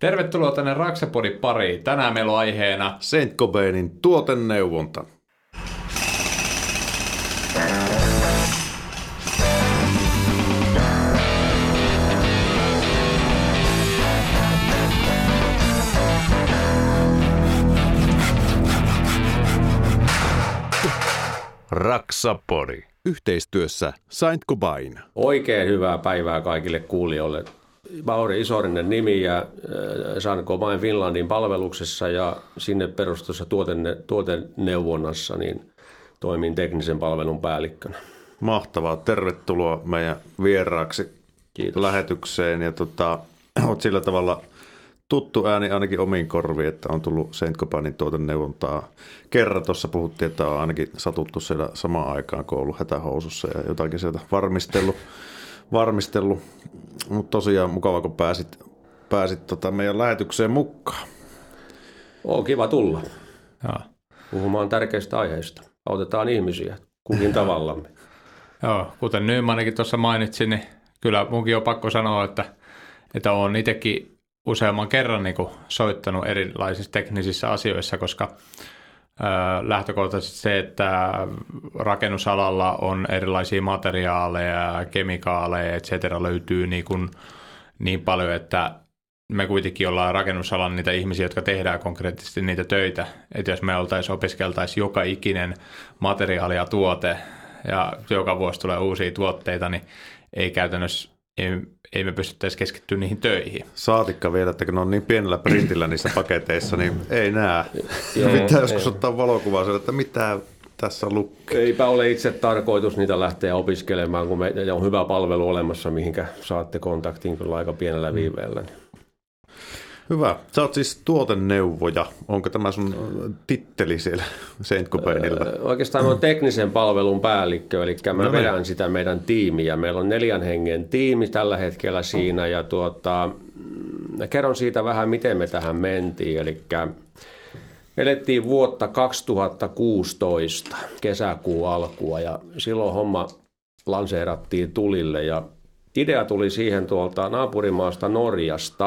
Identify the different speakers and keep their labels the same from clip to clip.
Speaker 1: Tervetuloa tänne Raksapodin pariin. Tänään meillä on aiheena
Speaker 2: Saint-Gobainin tuoteneuvonta. Raksapodi. Yhteistyössä Saint-Gobain.
Speaker 3: Oikein hyvää päivää kaikille kuulijoille. Mauri Isorinen nimi ja Saint-Gobain Finlandin palveluksessa ja sinne perustussa tuoteneuvonnassa niin toimin teknisen palvelun päällikkönä.
Speaker 2: Mahtavaa. Tervetuloa meidän vieraaksi.
Speaker 3: Kiitos.
Speaker 2: Lähetykseen. Ja olet sillä tavalla tuttu ääni ainakin omiin korviin, että on tullut Saint-Gobainin tuoteneuvontaa. Kerran tuossa puhuttiin, että on ainakin satuttu siellä samaan aikaan, kun on ollut hätähousussa ja jotakin sieltä varmistellut. Mutta tosiaan mukava, kun pääsit meidän lähetykseen mukaan.
Speaker 3: Kiva tulla.
Speaker 1: Joo.
Speaker 3: Puhumaan tärkeistä aiheista. Autetaan ihmisiä kukin tavallamme.
Speaker 1: Joo, kuten Nymankin tuossa mainitsin, niin kyllä munkin on pakko sanoa, että olen itsekin useamman kerran niin kuin soittanut erilaisissa teknisissä asioissa, koska lähtökohtaisesti se, että rakennusalalla on erilaisia materiaaleja, kemikaaleja, etc. löytyy niin paljon, että me kuitenkin ollaan rakennusalan niitä ihmisiä, jotka tehdään konkreettisesti niitä töitä. Että jos me opiskeltaisiin joka ikinen materiaali ja tuote ja joka vuosi tulee uusia tuotteita, niin ei käytännössä ei me pystyttäisi keskittyä niihin töihin.
Speaker 2: Saatikka vielä, että kun ne on niin pienellä printillä niissä paketeissa, niin ei näe. Pitää joskus ottaa valokuvaa sieltä, että mitä tässä lukee.
Speaker 3: Eipä ole itse tarkoitus niitä lähteä opiskelemaan, kun meillä on hyvä palvelu olemassa, mihinkä saatte kontaktin kyllä aika pienellä viiveellä.
Speaker 2: Hyvä. Sä oot siis tuoteneuvoja. Onko tämä sun titteli siellä Saint-Gobainilla?
Speaker 3: Oikeastaan on teknisen palvelun päällikkö, eli mä vedän sitä meidän tiimiä. Meillä on 4 hengen tiimi tällä hetkellä siinä, ja kerron siitä vähän, miten me tähän mentiin. Eli elettiin vuotta 2016, kesäkuun alkua, ja silloin homma lanseerattiin tulille, ja idea tuli siihen tuolta naapurimaasta Norjasta.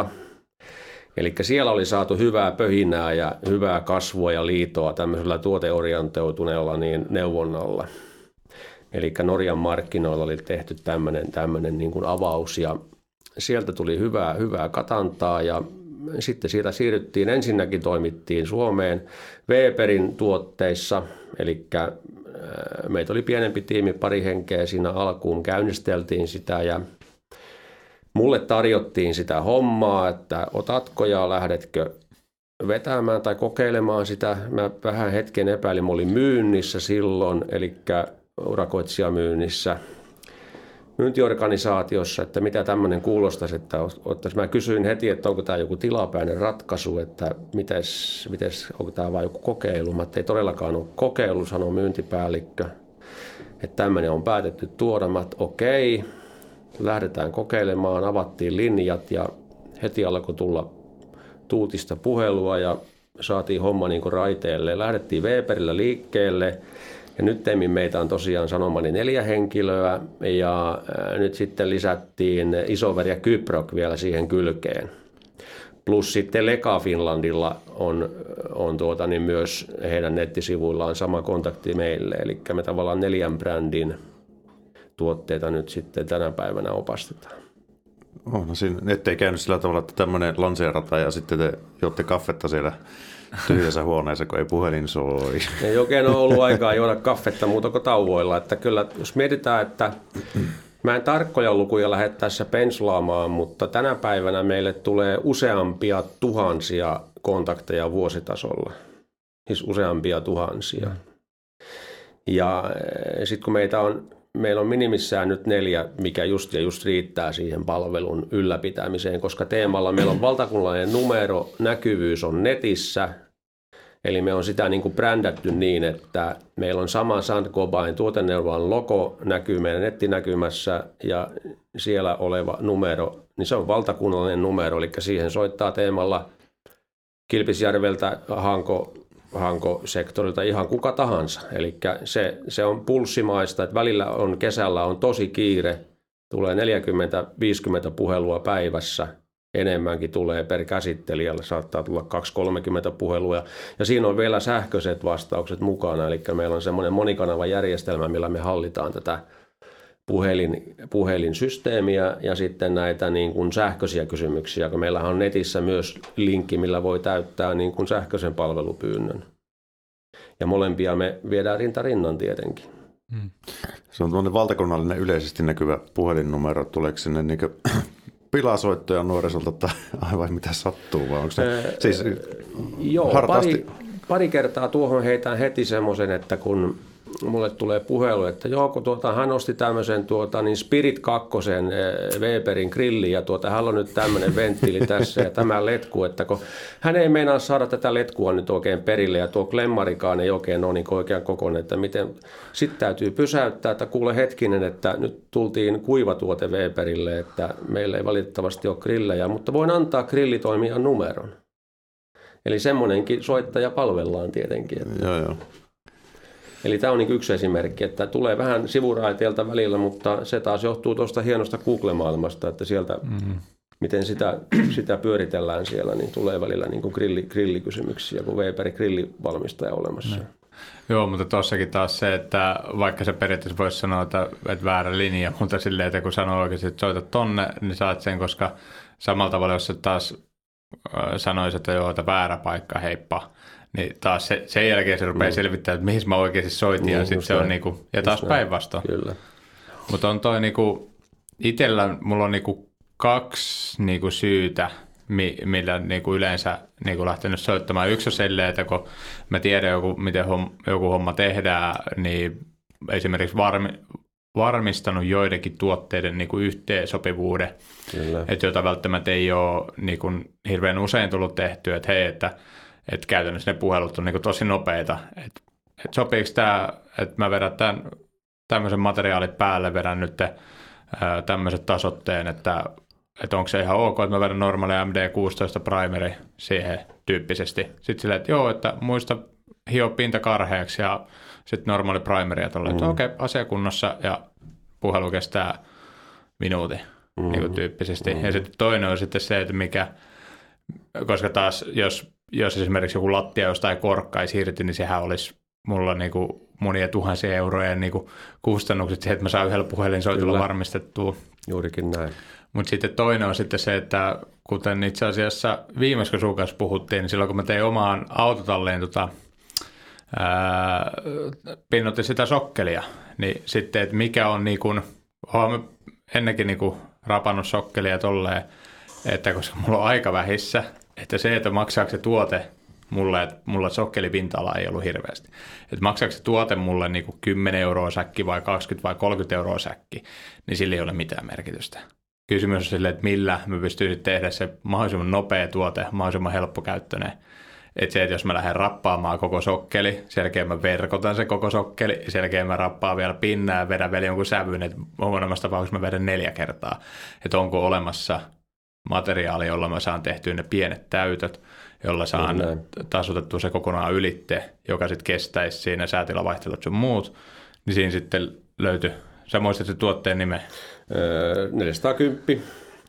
Speaker 3: Eli siellä oli saatu hyvää pöhinää ja hyvää kasvua ja liitoa tämmöisellä tuoteorientoituneella neuvonnalla. Eli Norjan markkinoilla oli tehty tämmöinen niin kuin avaus ja sieltä tuli hyvää katantaa ja sitten siitä siirryttiin, ensinnäkin toimittiin Suomeen Weberin tuotteissa, eli meitä oli pienempi tiimi, 2 henkeä siinä alkuun, käynnisteltiin sitä ja mulle tarjottiin sitä hommaa, että otatko ja lähdetkö vetämään tai kokeilemaan sitä. Mä vähän hetken epäilin, mä olin myynnissä silloin, eli urakoitsijamyynnissä, myyntiorganisaatiossa, että mitä tämmöinen kuulostaisi, että mä kysyin heti, että onko tämä joku tilapäinen ratkaisu, että mites onko tämä vain joku kokeilu. Mä ei todellakaan ole kokeilu, sanoi myyntipäällikkö, että tämmöinen on päätetty tuoda. Mä okei. Lähdetään kokeilemaan, avattiin linjat ja heti alkoi tulla tuutista puhelua ja saatiin homma niin kuin raiteelle. Lähdettiin Weberillä liikkeelle ja nyt meitä on tosiaan sanomani 4 henkilöä ja nyt sitten lisättiin Isover ja Kyprok vielä siihen kylkeen. Plus sitten Lega Finlandilla on myös heidän nettisivuillaan sama kontakti meille, eli me tavallaan 4 brändin tuotteita nyt sitten tänä päivänä opastetaan.
Speaker 2: No siinä, ettei käynyt sillä tavalla, että tämmöinen lanseerataan ja sitten te jotte kaffetta siellä tyhjässä huoneessa, kun ei puhelin soi.
Speaker 3: Ei oikein ole ollut aikaa juoda kaffetta muuta kuin tauoilla. Että kyllä, jos mietitään, että mä en tarkkoja lukuja lähde tässä penslaamaan, mutta tänä päivänä meille tulee useampia tuhansia kontakteja vuositasolla. Siis useampia tuhansia. Ja sitten kun meillä on minimissään nyt 4, mikä just riittää siihen palvelun ylläpitämiseen, koska teemalla meillä on valtakunnallinen numero, näkyvyys on netissä, eli me on sitä niin kuin brändätty niin, että meillä on sama Saint-Gobain tuoteneuvon logo näkyy meidän nettinäkymässä ja siellä oleva numero, niin se on valtakunnallinen numero, eli siihen soittaa teemalla Kilpisjärveltä Hanko-sektorilta ihan kuka tahansa. Eli se on pulssimaista, että välillä kesällä on tosi kiire, tulee 40-50 puhelua päivässä enemmänkin tulee per käsittelijälle, saattaa tulla 2-30 puhelua. Ja siinä on vielä sähköiset vastaukset mukana, eli meillä on semmoinen monikanavajärjestelmä, millä me hallitaan tätä puhelinsysteemiä ja sitten näitä niin kuin sähköisiä kysymyksiä, kun meillähän on netissä myös linkki, millä voi täyttää niin kuin sähköisen palvelupyynnön. Ja molempia me viedään rinta rinnan tietenkin.
Speaker 2: Se on tuollainen valtakunnallinen yleisesti näkyvä puhelinnumero. Tuleeko sinne niin pilasoittoja nuorisolta tai aivan mitä sattuu? Vai onko se siis
Speaker 3: joo, pari kertaa tuohon heitän heti semmoisen, että kun mulle tulee puhelu, että joo, kun hän osti tämmöisen niin Spirit 2 Weberin grillin ja hän on nyt tämmöinen venttiili tässä ja tämä letku, että kun hän ei meinaa saada tätä letkua nyt oikein perille ja tuo klemmarikaan ei oikein ole niin oikean kokoinen, että miten sitten täytyy pysäyttää, että kuule hetkinen, että nyt tultiin kuivatuote Weberille, että meillä ei valitettavasti ole grillejä, mutta voin antaa grillitoimijan numeron. Eli semmoinenkin soittaja palvellaan tietenkin. Että
Speaker 2: Joo.
Speaker 3: Eli tämä on niin yksi esimerkki, että tulee vähän sivuraiteelta välillä, mutta se taas johtuu tuosta hienosta Google-maailmasta, että sieltä, miten sitä pyöritellään siellä, niin tulee välillä niin kuin grillikysymyksiä, kun Weberin grillivalmistaja olemassa.
Speaker 1: Joo, mutta tuossakin taas se, että vaikka se periaatteessa voisi sanoa, että väärä linja, mutta silleen, että kun sanoo oikeasti, että soita tonne, niin saat sen, koska samalla tavalla, jos taas sanoisi, että joo, että väärä paikka, heippa, niin taas sen jälkeen se rupeaa selvittämään, että mihin mä oikeasti soitin, ja sitten se on niinku, ja taas päinvastoin.
Speaker 3: Kyllä.
Speaker 1: Mutta on toi niinku, itsellä mulla on niinku 2 niinku syytä, millä niinku yleensä niinku lähtenyt soittamaan. Yksi on silleen, että kun mä tiedän, miten joku homma tehdään, niin esimerkiksi varmistanut joidenkin tuotteiden niinku yhteensopivuuden, että jota välttämättä ei ole niinku hirveän usein tullut tehtyä, että hei, että käytännössä ne puhelut on niinku tosi nopeita. Että sopiiko tämä, että mä vedän tämmöisen materiaalin päälle, vedän nyt tämmöiset tasotteen, että onko se ihan ok, että mä vedän normaali MD16 primeri siihen tyyppisesti. Sitten silleen, että joo, että muista hio pinta karheaksi ja sitten normaali primeri ja tolleen, että okei, asiakunnossa ja puhelu kestää minuutin niin tyyppisesti. Ja sitten toinen on sitten se, että koska taas jos esimerkiksi joku lattia jostain korkkaisi irti, niin sehän olisi mulla niinku monia tuhansia euroja niinku kustannukset siihen, että mä saan yhdellä puhelinsoitolla varmistettua.
Speaker 3: Juurikin näin.
Speaker 1: Mutta sitten toinen on sitten se, että kuten itse asiassa viimeksi kun sun kanssa puhuttiin, niin silloin kun mä tein omaan autotalliin pinnoitin sitä sokkelia, niin sitten, että mikä on niinku, olen ennenkin niinku rapannut sokkelia tolleen, että koska mulla on aika vähissä, että se, että maksaako se tuote mulle, että mulla sokkelipinta-ala ei ollut hirveästi. Että maksaako se tuote mulle niin kuin 10 euroa säkki vai 20 vai 30 euroa säkki, niin sillä ei ole mitään merkitystä. Kysymys on silleen, että millä mä pystyisin tehdä se mahdollisimman nopea tuote, mahdollisimman helppokäyttöinen. Että se, että jos mä lähden rappaamaan koko sokkeli, sen jälkeen mä verkotan se koko sokkeli, sen jälkeen mä rappaan vielä pinnaa ja vedän vielä jonkun sävyn, että huonommassa tapauksessa mä vedän 4 kertaa. Että onko olemassa materiaali, jolla mä saan tehtyä ne pienet täytöt, jolla saan tasoitettua se kokonaan ylitte, joka sitten kestäisi siinä säätilavaihtelut sun muut, niin siinä sitten löytyi, sä muistat se tuotteen nimen?
Speaker 3: 410.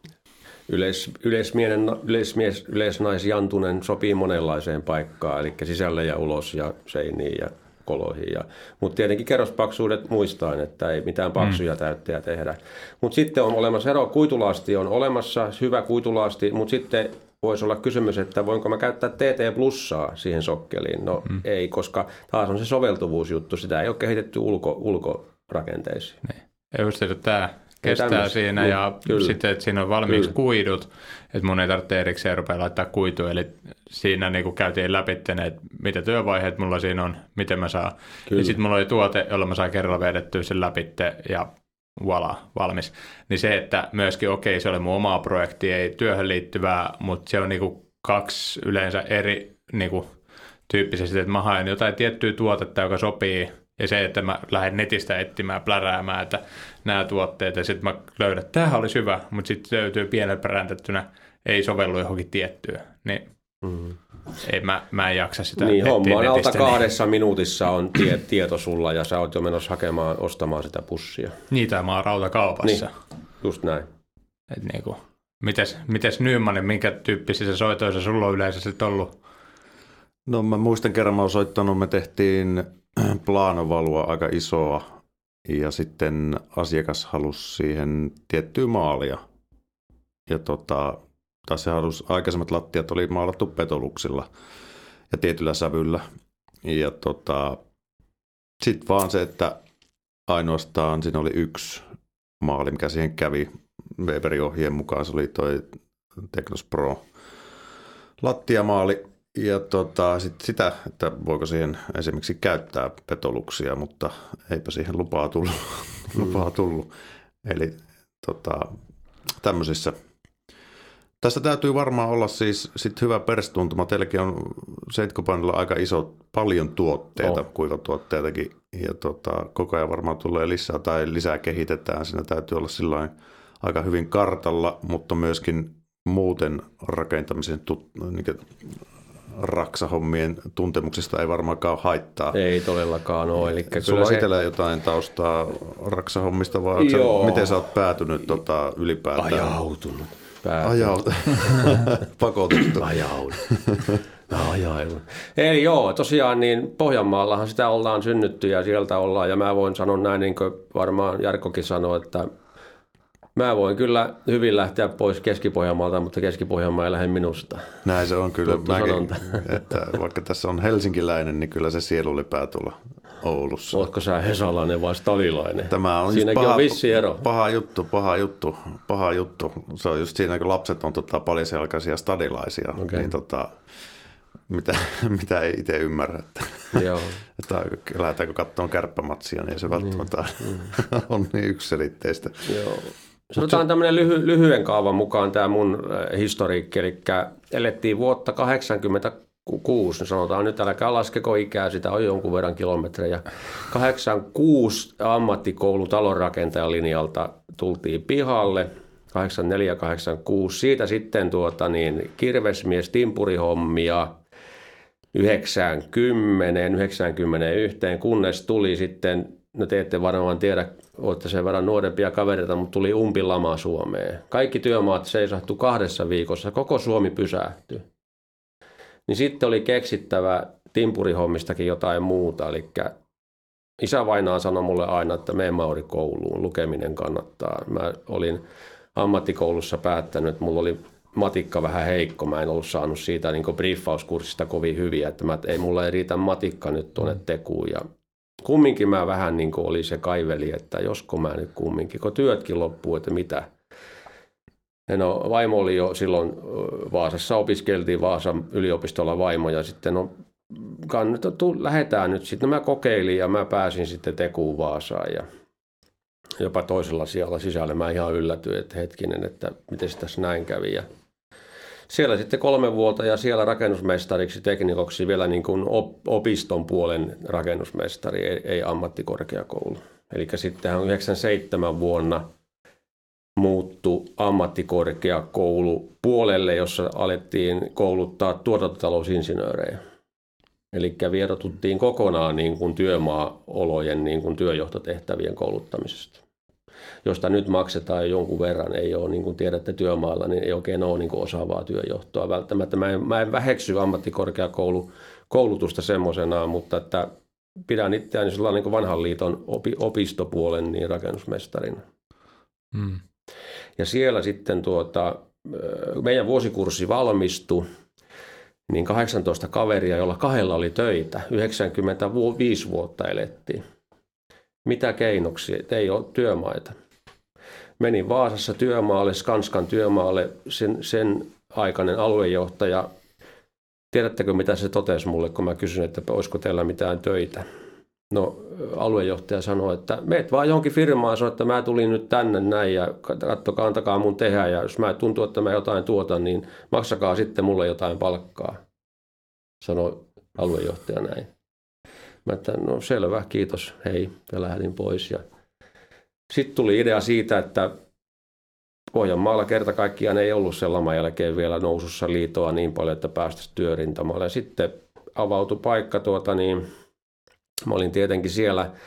Speaker 3: Yleisnaisjantunen sopii monenlaiseen paikkaan, eli sisälle ja ulos ja seiniin ja koloihin. Mutta tietenkin kerrospaksuudet muistaen, että ei mitään paksuja täyttejä tehdä. Mutta sitten on olemassa ero, kuitulasti on olemassa, hyvä kuitulasti, mutta sitten voisi olla kysymys, että voinko mä käyttää TT Plussaa siihen sokkeliin. No ei, koska taas on se soveltuvuusjuttu, sitä ei ole kehitetty ulkorakenteisiin.
Speaker 1: Ja just, että tämä kestää siinä ja sitten, että siinä on valmiiksi kuidut, että mun ei tarvitse erikseen rupea laittaa kuitua, eli siinä niin käytiin läpi, että mitä työvaiheet mulla siinä on, miten mä saan. Ja sitten mulla oli tuote, jolla mä saan kerralla vedettyä sen läpi ja voilà, valmis. Niin se, että myöskin se oli mun omaa projekti, ei työhön liittyvää, mutta se on niin 2 yleensä eri niin tyyppisesti, että mä haen jotain tiettyä tuotetta, joka sopii. Ja se, että mä lähden netistä etsimään, pläräämään, että nämä tuotteet, ja sitten mä löydän, että tämähän olisi hyvä, mutta sitten löytyy pienellä präntettynä, ei sovellu johonkin tiettyä. Niin mä en jaksa sitä
Speaker 3: niin, homma on alta 2 minuutissa on tieto sulla, ja sä oot jo menossa ostamaan sitä pussia.
Speaker 1: Niitä mä oon rautakaupassa.
Speaker 3: Niin, just näin.
Speaker 1: Et niinku, Mites Nymanin, minkä tyyppisiä soitoissa sulla on yleensä sitten ollut?
Speaker 2: No mä muistan kerran mä oon soittanut, me tehtiin plaanovalua aika isoa ja sitten asiakas halusi siihen tiettyä maalia. Ja taas se halusi, aikaisemmat lattiat oli maalattu petoluksilla ja tietyllä sävyllä. Ja sitten vaan se, että ainoastaan siinä oli yksi maali, mikä siihen kävi Weberin ohjeen mukaan. Se oli toi Technos Pro lattiamaali. Ja sitten sitä, että voiko siihen esimerkiksi käyttää petoluksia, mutta eipä siihen lupaa tullut. Eli tämmöisissä. Tässä täytyy varmaan olla siis sit hyvä perstuntuma. Teilläkin on Saint-Gobainilla aika paljon tuotteita, kuivatuotteitakin. Ja koko ajan varmaan tulee lisää kehitetään. Siinä täytyy olla sillain aika hyvin kartalla, mutta myöskin muuten rakentamisen raksahommien tuntemuksista ei varmaankaan haittaa.
Speaker 3: Ei todellakaan ole. Eli
Speaker 2: sulla on itsellä jotain taustaa raksahommista, vai miten sä oot päätynyt ylipäätään?
Speaker 3: Ajautunut.
Speaker 2: Pakotettu.
Speaker 3: Ajaudun. Eli joo, tosiaan niin Pohjanmaallahan sitä ollaan synnytty ja sieltä ollaan. Ja mä voin sanoa näin, niin kuin varmaan Jarkkokin sanoi, että mä voin kyllä hyvin lähteä pois Keski-Pohjanmaalta, mutta Keski-Pohjanmaa ei lähde minusta.
Speaker 2: Näin se on kyllä. Mäkin, että vaikka tässä on helsinkiläinen, niin kyllä se sielu lepää tuolla Oulussa.
Speaker 3: Oletko sä hesalainen vai stadilainen?
Speaker 2: Tämä on
Speaker 3: siinäkin on vissi ero.
Speaker 2: Paha juttu. Se on just siinä, kun lapset on paljaselkaisia stadilaisia, okay. Niin mitä ei itse ymmärrä. Että lähdetäänkö katsomaan kärppämatsia, niin se välttämättä on niin yksiselitteistä.
Speaker 3: Joo. Sanotaan tämmöinen lyhyen kaavan mukaan tämä mun historiikki, eli elettiin vuotta 1986, niin sanotaan nyt älkää laskeko ikää, sitä on jonkun verran kilometrejä. 86 ammattikoulu talonrakentajan linjalta tultiin pihalle, 84-86, siitä sitten kirvesmies timpurihommia 90-91, kunnes tuli sitten, no te ette varmaan tiedä, olette sen verran nuorempia kavereita, mutta tuli umpilama Suomeen. Kaikki työmaat seisahtu 2 viikossa, koko Suomi pysähtyi. Niin sitten oli keksittävä timpurihommistakin jotain muuta, eli isävainaa sanoi mulle aina, että mene Mauri kouluun, lukeminen kannattaa. Mä olin ammattikoulussa päättänyt, että mulla oli matikka vähän heikko, mä en ollut saanut siitä niin briefauskurssista kovin hyviä, että mulla ei riitä matikka nyt tuonne tekuun ja kumminkin mä vähän niin kuin oli se kaiveli, että josko mä nyt kumminkin, kun työtkin loppuu, että mitä. No vaimo oli jo silloin Vaasassa, opiskeltiin Vaasan yliopistolla vaimo ja sitten lähdetään nyt. Sitten mä kokeilin ja mä pääsin sitten tekuun Vaasaan ja jopa toisella sijalla sisällä. Mä ihan yllätyin, että hetkinen, että miten tässä näin kävi. Ja siellä sitten 3 vuotta ja siellä rakennusmestariksi, teknikoksi vielä niin kuin opiston puolen rakennusmestari, ei ammattikorkeakoulu. Eli sittenhän 97 vuonna muuttui ammattikorkeakoulu puolelle, jossa alettiin kouluttaa tuotantotalousinsinöörejä. Eli vierotuttiin kokonaan niin kuin työmaa-olojen niin kuin työjohtotehtävien kouluttamisesta, josta nyt maksetaan jonkun verran. Ei ole, niin kuin tiedätte, työmaalla, niin ei oikein ole niin kuin osaavaa työjohtoa välttämättä. Mä en väheksy ammattikorkeakoulutusta semmoisenaan, mutta että pidän itseäni sellainen niin kuin vanhan liiton opistopuolen niin rakennusmestarina. Hmm. Ja siellä sitten meidän vuosikurssi valmistui, niin 18 kaveria, jolla 2 oli töitä. 95 vuotta elettiin. Mitä keinoksia? Ei ole työmaita. Menin Vaasassa työmaalle, Skanskan työmaalle, sen aikainen aluejohtaja. Tiedättekö, mitä se totesi mulle, kun mä kysyin, että olisiko teillä mitään töitä? No, aluejohtaja sanoi, että meet vaan johonkin firmaan, sanoi, että mä tulin nyt tänne näin ja katsokaa, antakaa mun tehdä ja jos mä tuntuu, että mä jotain tuotan, niin maksakaa sitten mulle jotain palkkaa, sanoi aluejohtaja näin. Mä että no selvä, kiitos, hei, ja lähdin pois. Sitten tuli idea siitä, että Pohjanmaalla kerta kaikkiaan ei ollut sen laman jälkeen vielä nousussa liitoa niin paljon, että päästäisiin työrintamalle. Ja sitten avautui paikka, mä olin tietenkin siellä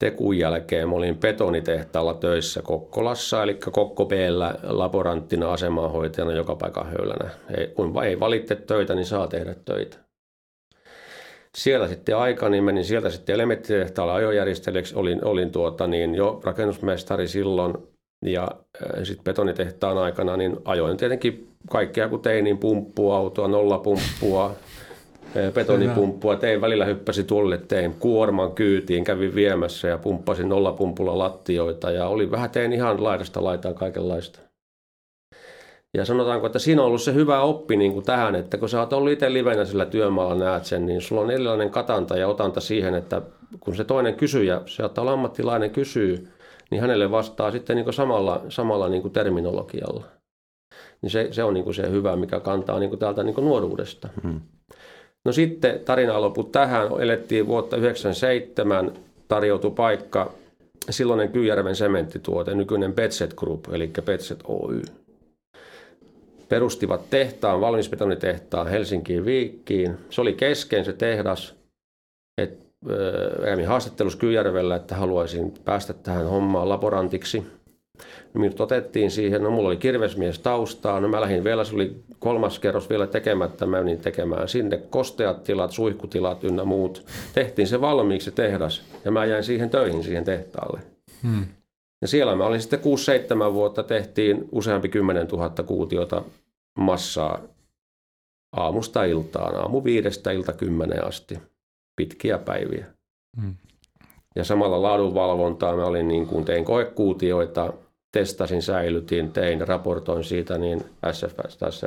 Speaker 3: tekun jälkeen mä olin betonitehtaalla töissä Kokkolassa, eli Kokko B:llä laboranttina asemanhoitajana joka paikan höylänä. Kun ei valitte töitä, niin saa tehdä töitä. Siellä sitten aikani menin sieltä sitten elementtitehtaalle ajojärjestelijäksi, olin jo rakennusmestari silloin ja sitten betonitehtaan aikana niin ajoin tietenkin kaikkea kun tein, niin pumppuautoa, nollapumppua, betonipumppua, välillä hyppäsin tuolle, tein kuorman kyytiin, kävin viemässä ja pumppasin nollapumpulla lattioita ja tein ihan laidasta laitaan kaikenlaista. Ja sanotaanko, että siinä on ollut se hyvä oppi niin kuin tähän, että kun sä oot ollut itse livenä sillä työmaalla, näet sen, niin sulla on erilainen katanta ja otanta siihen, että kun se toinen kysyjä, se saattaa olla ammattilainen kysyy, niin hänelle vastaa sitten niin kuin samalla niin kuin terminologialla. Niin se on niin kuin se hyvä, mikä kantaa niin kuin täältä niin kuin nuoruudesta. No sitten tarina loppui tähän. Elettiin vuotta 1997, tarjoutui paikka, silloinen Kyyjärven sementtituote, nykyinen Betset Group, eli Betset Oy. Perustivat valmisbetonitehtaan Helsinkiin Viikkiin. Se oli kesken se tehdas. Kävin haastattelussa Kyyjärvellä, että haluaisin päästä tähän hommaan laborantiksi. Minut otettiin siihen, mulla oli kirvesmies taustaa, mä lähdin vielä, se oli 3. kerros vielä tekemättä, mä menin tekemään sinne kosteat tilat, suihkutilat ynnä muut. Tehtiin se valmiiksi se tehdas ja mä jäin siihen töihin siihen tehtaalle. Ja siellä mä olin sitten 6-7 vuotta, tehtiin useampi 10 000 kuutiota massaa aamusta iltaan, aamu 5 ilta 10 asti, pitkiä päiviä. Ja samalla laadunvalvontaa mä olin tein koekuutioita, testasin, säilytin, raportoin siitä niin SFS, tässä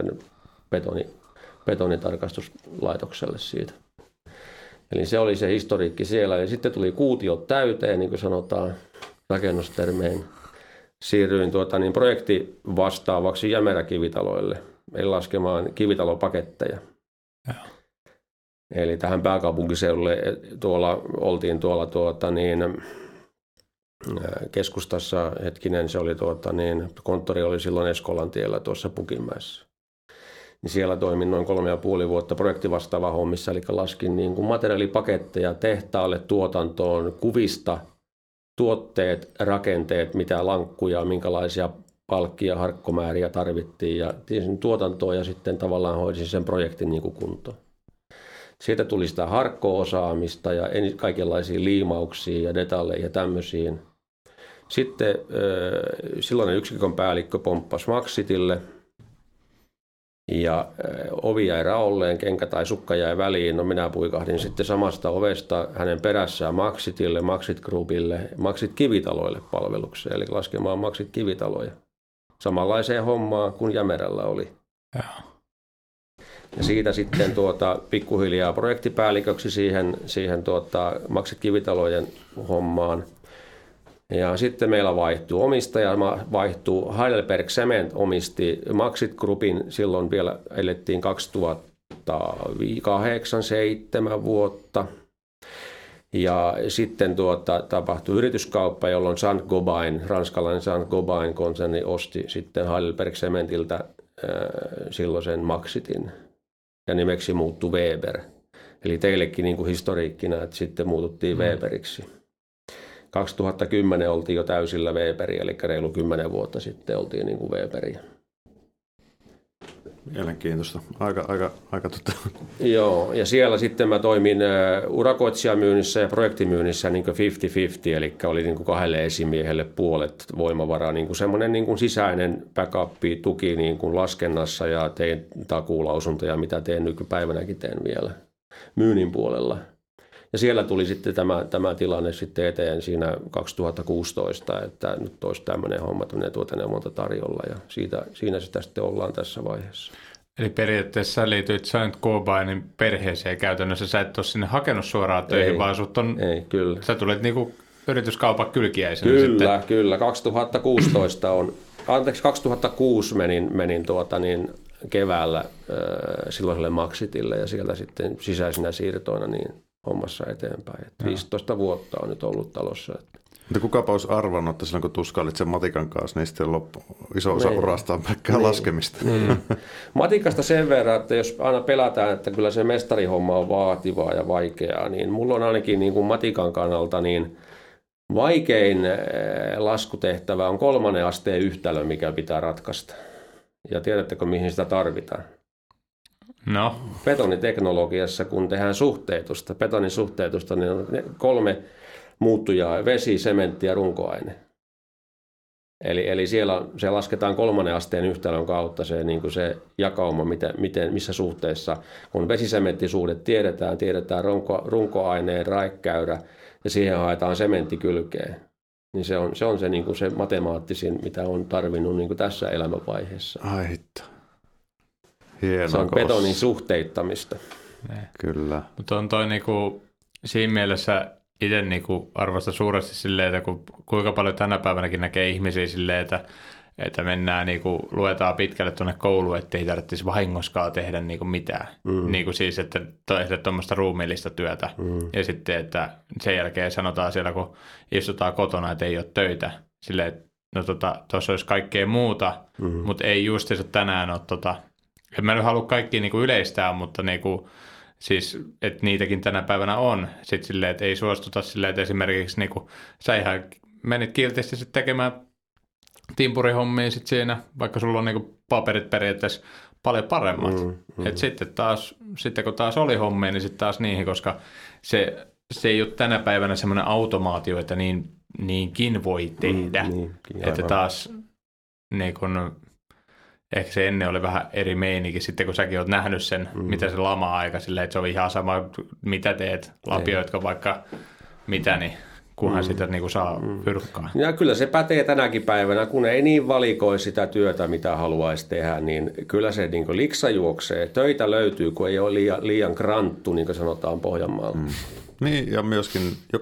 Speaker 3: betonitarkastuslaitokselle siitä. Eli se oli se historiikki siellä. Ja sitten tuli kuutiot täyteen, niin kuin sanotaan rakennustermein. Siirryin projektivastaavaksi Jämeräkivitaloille, eli laskemaan kivitalopaketteja. Ja. Eli tähän pääkaupunkiseudulle oltiin keskustassa, se oli konttori oli silloin Eskolantiellä tuossa Pukinmäessä. Niin siellä toimin noin 3,5 vuotta projektivastaava hommissa, eli laskin niin kuin materiaalipaketteja tehtaalle tuotantoon, kuvista, tuotteet, rakenteet, mitä lankkuja, minkälaisia palkkia, harkkomääriä tarvittiin ja tiesin tuotantoa ja sitten tavallaan hoidisin sen projektin niin kuin kuntoon. Sieltä tuli sitä harkko-osaamista ja kaikenlaisia liimauksia ja detalleja ja tämmöisiin. Sitten silloinen yksikön päällikkö pomppasi Maxitille ja ovi jäi raolleen, kenkä tai sukka jäi väliin. No minä puikahdin sitten samasta ovesta hänen perässään Maxitille, Maxit Groupille, Maxit Kivitaloille palvelukseen, eli laskemaan Maxit Kivitaloja. Samanlaiseen hommaan kuin Jämerällä oli. Ja siitä sitten pikkuhiljaa projektipäälliköksi siihen Maxit Kivitalojen hommaan. Ja sitten meillä vaihtuu omistaja, Heidelberg Cement omisti Maxit Groupin, silloin vielä elettiin 2008-2007 vuotta. Ja sitten tapahtui yrityskauppa, jolloin Saint-Gobain, ranskalainen Saint-Gobain konserni osti sitten Heidelberg Cementiltä silloisen Maxitin ja nimeksi muuttui Weber. Eli teillekin niin kuin historiikkina, että sitten muututtiin Weberiksi. 2010 oltiin jo täysillä Weberiä, eli reilu 10 vuotta sitten oltiin niin kuin Weberiä.
Speaker 2: Mielenkiintoista. Aika
Speaker 3: Joo, ja siellä sitten mä toimin urakoitsijamyynnissä ja projektimyynnissä niin kuin 50-50, eli oli niin kuin 2 esimiehelle puolet voimavaraa, niin kuin semmoinen niin kuin sisäinen backup, tuki niin kuin laskennassa ja tein takuulausuntoja, mitä teen nykypäivänäkin teen vielä myynnin puolella. Ja siellä tuli sitten tämä tilanne sitten eteen siinä 2016, että nyt olisi tämmöinen homma, tämmöinen tuoteneuvonta tarjolla ja siinä sitä sitten ollaan tässä vaiheessa.
Speaker 1: Eli periaatteessa sä liityit Saint-Gobainin perheeseen käytännössä, sä et ole sinne hakenut suoraan töihin, vaan
Speaker 3: kyllä.
Speaker 1: Sä tulet niinku yrityskaupan kylkiäisenä
Speaker 3: sitten. Kyllä. 2006 menin keväällä silloiselle Maxitille ja siellä sitten sisäisinä siirtoina niin hommassa eteenpäin. 15 vuotta on nyt ollut talossa.
Speaker 2: Mutta kukapa olisi arvannut, että silloin kun tuskailit sen matikan kanssa, niin sitten iso osa urasta on pelkkää laskemista.
Speaker 3: Matikasta sen verran, että jos aina pelätään, että kyllä se mestarihomma on vaativaa ja vaikeaa, niin mulla on ainakin niin kuin matikan kannalta niin Vaikein laskutehtävä on 3. asteen yhtälö, mikä pitää ratkaista. Ja tiedättekö, mihin sitä tarvitaan?
Speaker 1: No.
Speaker 3: Betoniteknologiassa, kun tehdään betonin suhteitusta, niin on 3 muuttujaa: vesi, sementti ja runkoaine. Eli siellä se lasketaan 3. asteen yhtälön kautta se, niin kuin se jakauma, missä suhteessa, kun vesisementtisuhde tiedetään runkoaineen raekäyrä ja siihen haetaan sementtikylkeen. Niin se on se, niin kuin se matemaattisin, mitä on tarvinnut niin kuin tässä elämänvaiheessa.
Speaker 2: Ai hitto. Hieno.
Speaker 3: Se on betonin suhteittamista.
Speaker 2: Kyllä.
Speaker 1: Mutta on toi niinku, siinä mielessä itse niinku arvostan suuresti silleen, että kuinka paljon tänä päivänäkin näkee ihmisiä silleen, että mennään niinku, luetaan pitkälle tuonne kouluun, ettei tarvitsisi vahingoskaan tehdä niinku mitään. Niinku siis, että tehdä tuommoista ruumiillista työtä. Ja sitten, että sen jälkeen sanotaan siellä, kun istutaan kotona, että ei ole töitä. Silleen, että no tuossa olisi kaikkea muuta, mutta ei justiinsa tänään ole en mä nyt halua kaikkia niinku yleistää, mutta niinku, siis, että niitäkin tänä päivänä on. Sitten silleen, että ei suostuta silleen, että esimerkiksi niinku, sä ihan menit kiltisti sitten tekemään timpurihommia sit siinä, vaikka sulla on niinku paperit periaatteessa paljon paremmat. Et sitten kun taas oli hommia, niin sitten taas niihin, koska se ei ole tänä päivänä semmoinen automaatio, että niinkin voi tehdä. Että taas niin kun, ehkä se ennen oli vähän eri meininki, sitten kun säkin olet nähnyt sen, mitä se lama-aika, silleen, että se on ihan sama, mitä teet, lapioitko vaikka mitä, niin kunhan sitä niin kuin saa fyrkkaa. Ja
Speaker 3: kyllä se pätee tänäkin päivänä, kun ei niin valikoi sitä työtä, mitä haluaisi tehdä, niin kyllä se niin kuin liksa juoksee. Töitä löytyy, kun ei ole liian kranttu, niin kuin sanotaan Pohjanmaalla.
Speaker 2: Niin, ja myöskin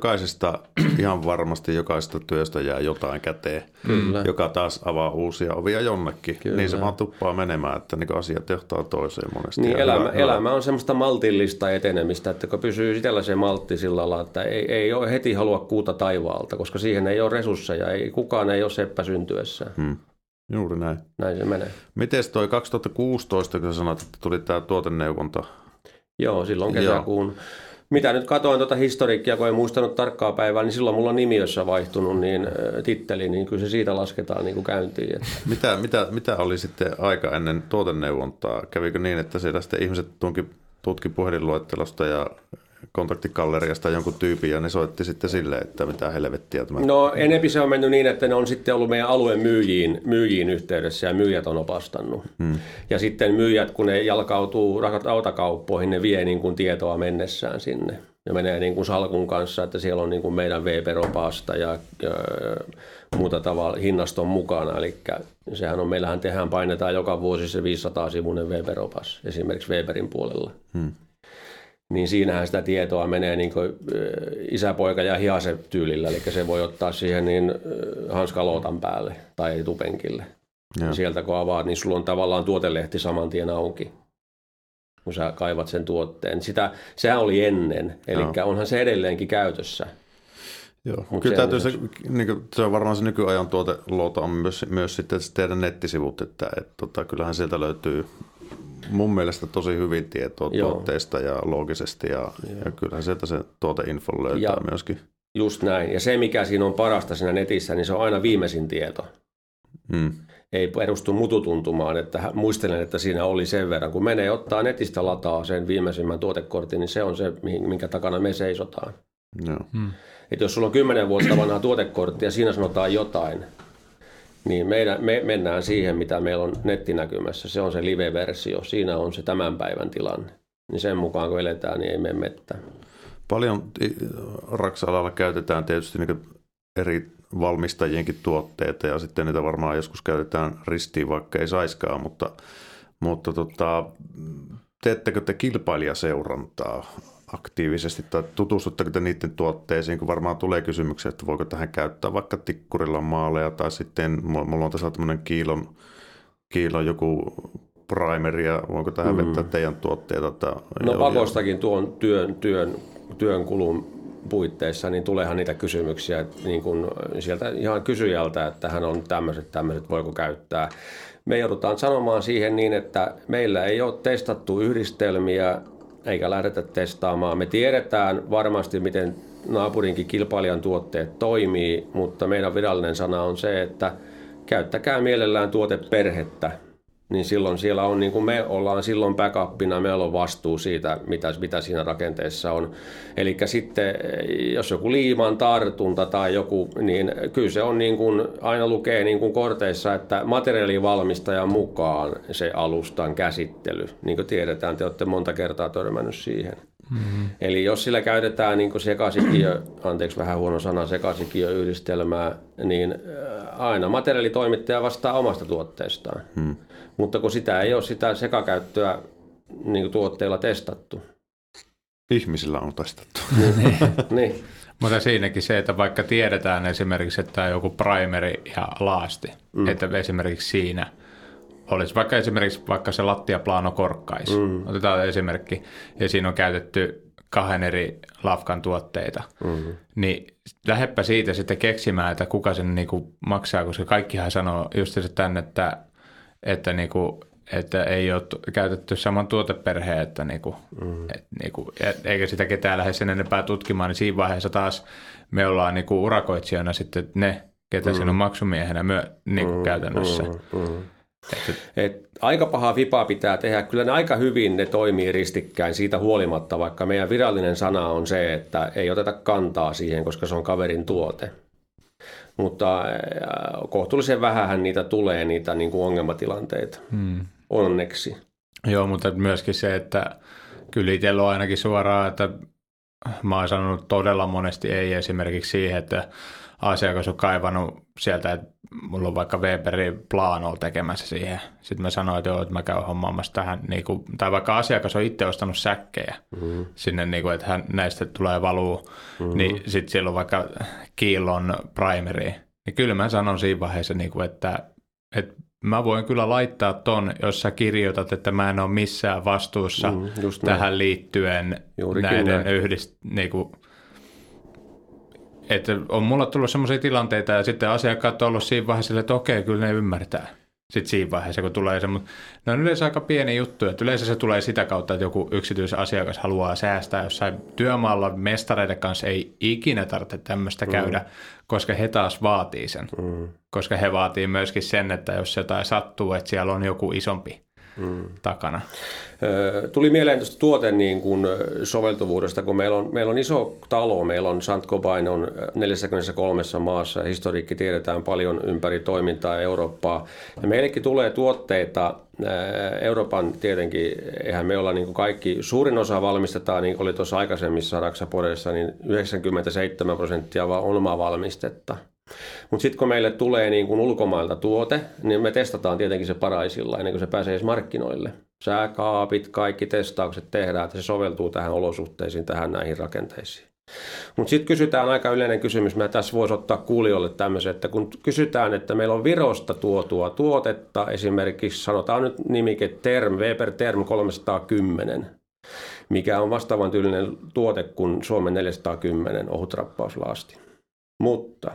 Speaker 2: ihan varmasti jokaisesta työstä jää jotain käteen, joka taas avaa uusia ovia jonnekin. Kyllä. Niin se vaan tuppaa menemään, että niin asiat johtaa toiseen monesti.
Speaker 3: Niin, elämä on semmoista maltillista etenemistä, että kun pysyy itsellä se maltti sillä lailla, että ei ole heti halua kuuta taivaalta, koska siihen ei ole resursseja, kukaan ei ole seppä syntyessään.
Speaker 2: Juuri näin.
Speaker 3: Näin se menee.
Speaker 2: Miten toi 2016, kun sä sanoit, että tuli tämä tuoteneuvonta?
Speaker 3: Joo, silloin kesäkuun. Mitä nyt katoin tuota historiikkia, kun en muistanut tarkkaa päivää, niin silloin mulla on nimiössä vaihtunut niin titteli, niin kyllä se siitä lasketaan niin kuin käyntiin. Että.
Speaker 2: Mitä oli sitten aika ennen tuoteneuvontaa? Kävikö niin, että siellä sitten ihmiset tutki puhelinluettelosta ja kontaktikalleriasta jonkun tyypin ja ne soitti sitten silleen, että mitä helvettiä tämä?
Speaker 3: No enempi se on mennyt niin, että ne on sitten ollut meidän alueen myyjiin yhteydessä ja myyjät on opastanut. Ja sitten myyjät, kun ne jalkautuu rautakauppoihin, ne vie niin kuin tietoa mennessään sinne. Ja menee niin kuin salkun kanssa, että siellä on niin kuin meidän Weber-opasta ja muuta tavalla hinnaston mukana. Eli meillähän painetaan joka vuosi se 500-sivuinen Weber-opas esimerkiksi Weberin puolella. Niin siinähän sitä tietoa menee niin kuin isä, poika ja hiase tyylillä, eli se voi ottaa siihen niin hanskalootan päälle tai etupenkille. Sieltä kun avaat, niin sulla on tavallaan tuotelehti saman tien auki, kun sä kaivat sen tuotteen. Sehän oli ennen, eli onhan se edelleenkin käytössä.
Speaker 2: Joo, kyllä täytyy se on varmaan se nykyajan tuoteluota on myös sitten teidän nettisivut, että kyllähän sieltä löytyy mun mielestä tosi hyvin tietoa tuotteista ja loogisesti ja kyllähän sieltä se tuoteinfo löytää myöskin.
Speaker 3: Just näin. Ja se, mikä siinä on parasta siinä netissä, niin se on aina viimeisin tieto. Ei perustu mututuntumaan, että muistelen, että siinä oli sen verran. Kun menee ottaa netistä lataa sen viimeisimmän tuotekortin, niin se on se, minkä takana me seisotaan. Että jos sulla on 10 vuotta vanha tuotekortti ja siinä sanotaan jotain, niin me mennään siihen, mitä meillä on nettinäkymässä. Se on se live-versio. Siinä on se tämän päivän tilanne. Niin sen mukaan, kun eletään, niin ei mene mettään.
Speaker 2: Paljon raksa-alalla käytetään tietysti niin eri valmistajienkin tuotteita ja sitten niitä varmaan joskus käytetään ristiin, vaikka ei saiskaan, mutta teettekö te kilpailijaseurantaa aktiivisesti tai tutustutteko te niiden tuotteisiin, kun varmaan tulee kysymyksiä, että voiko tähän käyttää vaikka tikkurilla maaleja tai sitten mulla on tässä tämmöinen kiilon joku primeri ja voiko tähän vettää teidän tuotteita?
Speaker 3: No pakostakin tuon työn kulun puitteissa, niin tuleehan niitä kysymyksiä niin kuin sieltä ihan kysyjältä, että hän on tämmöiset, voiko käyttää. Me joudutaan sanomaan siihen niin, että meillä ei ole testattu yhdistelmiä eikä lähdetä testaamaan. Me tiedetään varmasti, miten naapurinkin kilpailijan tuotteet toimii, mutta meidän virallinen sana on se, että käyttäkää mielellään tuoteperhettä. Niin silloin siellä on, niin kuin me ollaan silloin backupina, meillä on vastuu siitä, mitä siinä rakenteessa on. Eli sitten, jos joku liiman tartunta tai joku, niin kyllä se on niin kuin, aina lukee niin kuin korteissa, että materiaalivalmistajan mukaan se alustan käsittely. Niin kuin tiedetään, te olette monta kertaa törmännyt siihen. Mm-hmm. Eli jos sillä käytetään niin kuin sekasikiö, anteeksi vähän huono sana, sekasikiöyhdistelmää, niin aina materiaalitoimittaja vastaa omasta tuotteestaan. Mutta kun sitä ei ole sitä sekakäyttöä niin kuin tuotteilla testattu.
Speaker 2: Ihmisillä on testattu.
Speaker 3: Niin.
Speaker 1: Mutta siinäkin se, että vaikka tiedetään esimerkiksi, että joku primeri ja laasti, että esimerkiksi siinä olisi vaikka se lattiaplano korkkaisi. Otetaan esimerkki, ja siinä on käytetty 2 eri lafkan tuotteita. Niin lähdepä siitä sitten keksimään, että kuka sen niinku maksaa, koska kaikkihan sanoo just se tänne, että ei ole käytetty saman tuoteperheen, että eikä sitä ketään lähde sen enempää tutkimaan, niin siinä vaiheessa taas me ollaan urakoitsijana sitten ne, ketä siinä on maksumiehenä käytännössä.
Speaker 3: Aika paha vipaa pitää tehdä. Kyllä ne aika hyvin ne toimii ristikkäin siitä huolimatta, vaikka meidän virallinen sana on se, että ei oteta kantaa siihen, koska se on kaverin tuote. Mutta kohtuullisen vähähän niitä tulee, niitä niin kuin ongelmatilanteita, onneksi.
Speaker 1: Joo, mutta myöskin se, että kyllä itsellä on ainakin suoraan, että mä oon sanonut todella monesti ei esimerkiksi siihen, että asiakas on kaivannut sieltä, että mulla on vaikka Weberin plano tekemässä siihen. Sitten mä sanoin, että joo, että mä käyn hommaamassa tähän, tai vaikka asiakas on itse ostanut säkkejä sinne, että näistä tulee valuu, niin sitten siellä on vaikka kiillon primeri. Niin kyllä mä sanon siinä vaiheessa, että mä voin kyllä laittaa ton, jos sä kirjoitat, että mä en ole missään vastuussa tähän liittyen näiden että on mulla tullut semmoisia tilanteita ja sitten asiakkaat on ollut siinä vaiheessa, että okei, kyllä ne ymmärtää. Sitten siinä vaiheessa, kun tulee se, mutta ne on yleensä aika pieni juttu, että yleensä se tulee sitä kautta, että joku yksityisasiakas haluaa säästää jossain työmaalla mestareiden kanssa ei ikinä tarvitse tämmöistä käydä, koska he taas vaatii sen. Koska he vaatii myöskin sen, että jos jotain sattuu, että siellä on joku isompi takana.
Speaker 3: Tuli mieleen tuosta tuoten niin kuin soveltuvuudesta, kun meillä on iso talo, meillä on Saint-Gobain on 43 maassa ja historiikki tiedetään paljon ympäri toimintaa Eurooppaa. Ja meillekin tulee tuotteita, Euroopan tietenkin, eihän me olla niin kuin kaikki, suurin osa valmistetaan, niin oli tuossa aikaisemmissa Raksapodeissa, niin 97% vaan on omaa valmistetta. Mutta sitten kun meille tulee niin kuin ulkomailta tuote, niin me testataan tietenkin se paraisilla ennen kuin se pääsee edes markkinoille. Sääkaapit, kaikki testaukset tehdään, että se soveltuu tähän olosuhteisiin, tähän näihin rakenteisiin. Mutta sitten kysytään aika yleinen kysymys, mä tässä voisi ottaa kuulijoille tämmöisen, että kun kysytään, että meillä on Virosta tuotua tuotetta, esimerkiksi sanotaan nyt nimike Term, Weber Term 310, mikä on vastaavan tyylinen tuote kuin Suomen 410 ohutrappauslaasti. Mutta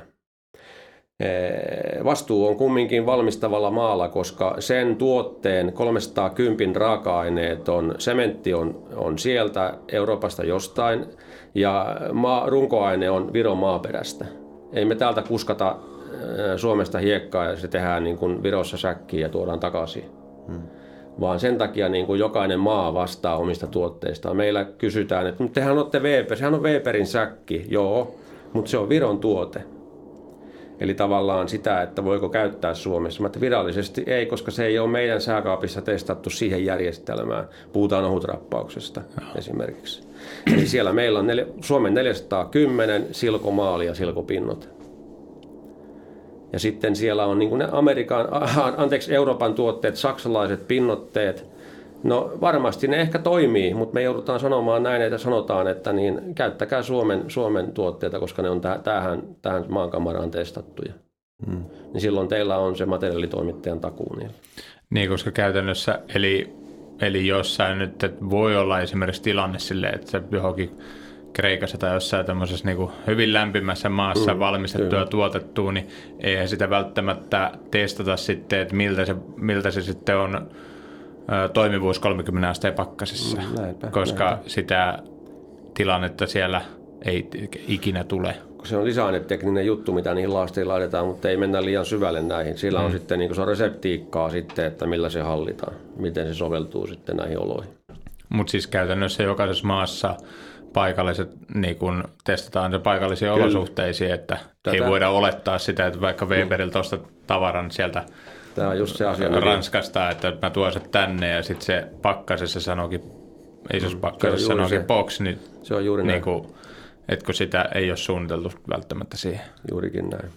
Speaker 3: vastuu on kumminkin valmistavalla maalla, koska sen tuotteen 310 raaka-aineet sementti on sieltä Euroopasta jostain ja runkoaine on Viron maaperästä. Ei me täältä kuskata Suomesta hiekkaa ja se tehdään niin kuin Virossa säkkiin ja tuodaan takaisin. Vaan sen takia niin kuin jokainen maa vastaa omista tuotteistaan. Meillä kysytään, että tehän olette Weber, sehän on Weberin säkki, joo, mutta se on Viron tuote. Eli tavallaan sitä, että voiko käyttää Suomessa. Mutta virallisesti ei, koska se ei ole meidän sääkaapissa testattu siihen järjestelmään. Puhutaan ohutrappauksesta esimerkiksi. Eli siellä meillä on Suomen 410 silkomaali ja silkopinnot. Ja sitten siellä on niin kuin ne Euroopan tuotteet, saksalaiset pinnotteet. No varmasti ne ehkä toimii, mutta me joudutaan sanomaan näin, että sanotaan, että niin käyttäkää Suomen tuotteita, koska ne on tähän maankamaraan testattuja. Niin silloin teillä on se materiaalitoimittajan takuu niillä.
Speaker 1: Niin, koska käytännössä, eli jossain nyt voi olla esimerkiksi tilanne silleen, että se johonkin Kreikassa tai jossain tämmöisessä niin kuin hyvin lämpimässä maassa valmistettua ja tuotettua, niin eihän sitä välttämättä testata sitten, että miltä se sitten on toimivuus 30 asteen pakkasessa, koska sitä tilannetta siellä ei ikinä tule.
Speaker 3: Se on lisäainetekninen juttu, mitä niihin laasteisiin laitetaan, mutta ei mennä liian syvälle näihin. Sillä on sitten niin se on reseptiikkaa sitten, että millä se hallitaan, miten se soveltuu sitten näihin oloihin.
Speaker 1: Mutta siis käytännössä jokaisessa maassa paikalliset niin kun testataan se paikallisiin olosuhteisiin, että ei voida olettaa sitä, että vaikka Weberiltä ostat tavaran sieltä
Speaker 3: tämä on just se asia,
Speaker 1: Ranskasta, että mä tuon se tänne ja sitten se pakkasessa sanookin, isossa pakkasessa sanookin box, niin
Speaker 3: se on juuri
Speaker 1: niin kuin, että kun sitä ei ole suunniteltu välttämättä siihen.
Speaker 3: Juurikin näin.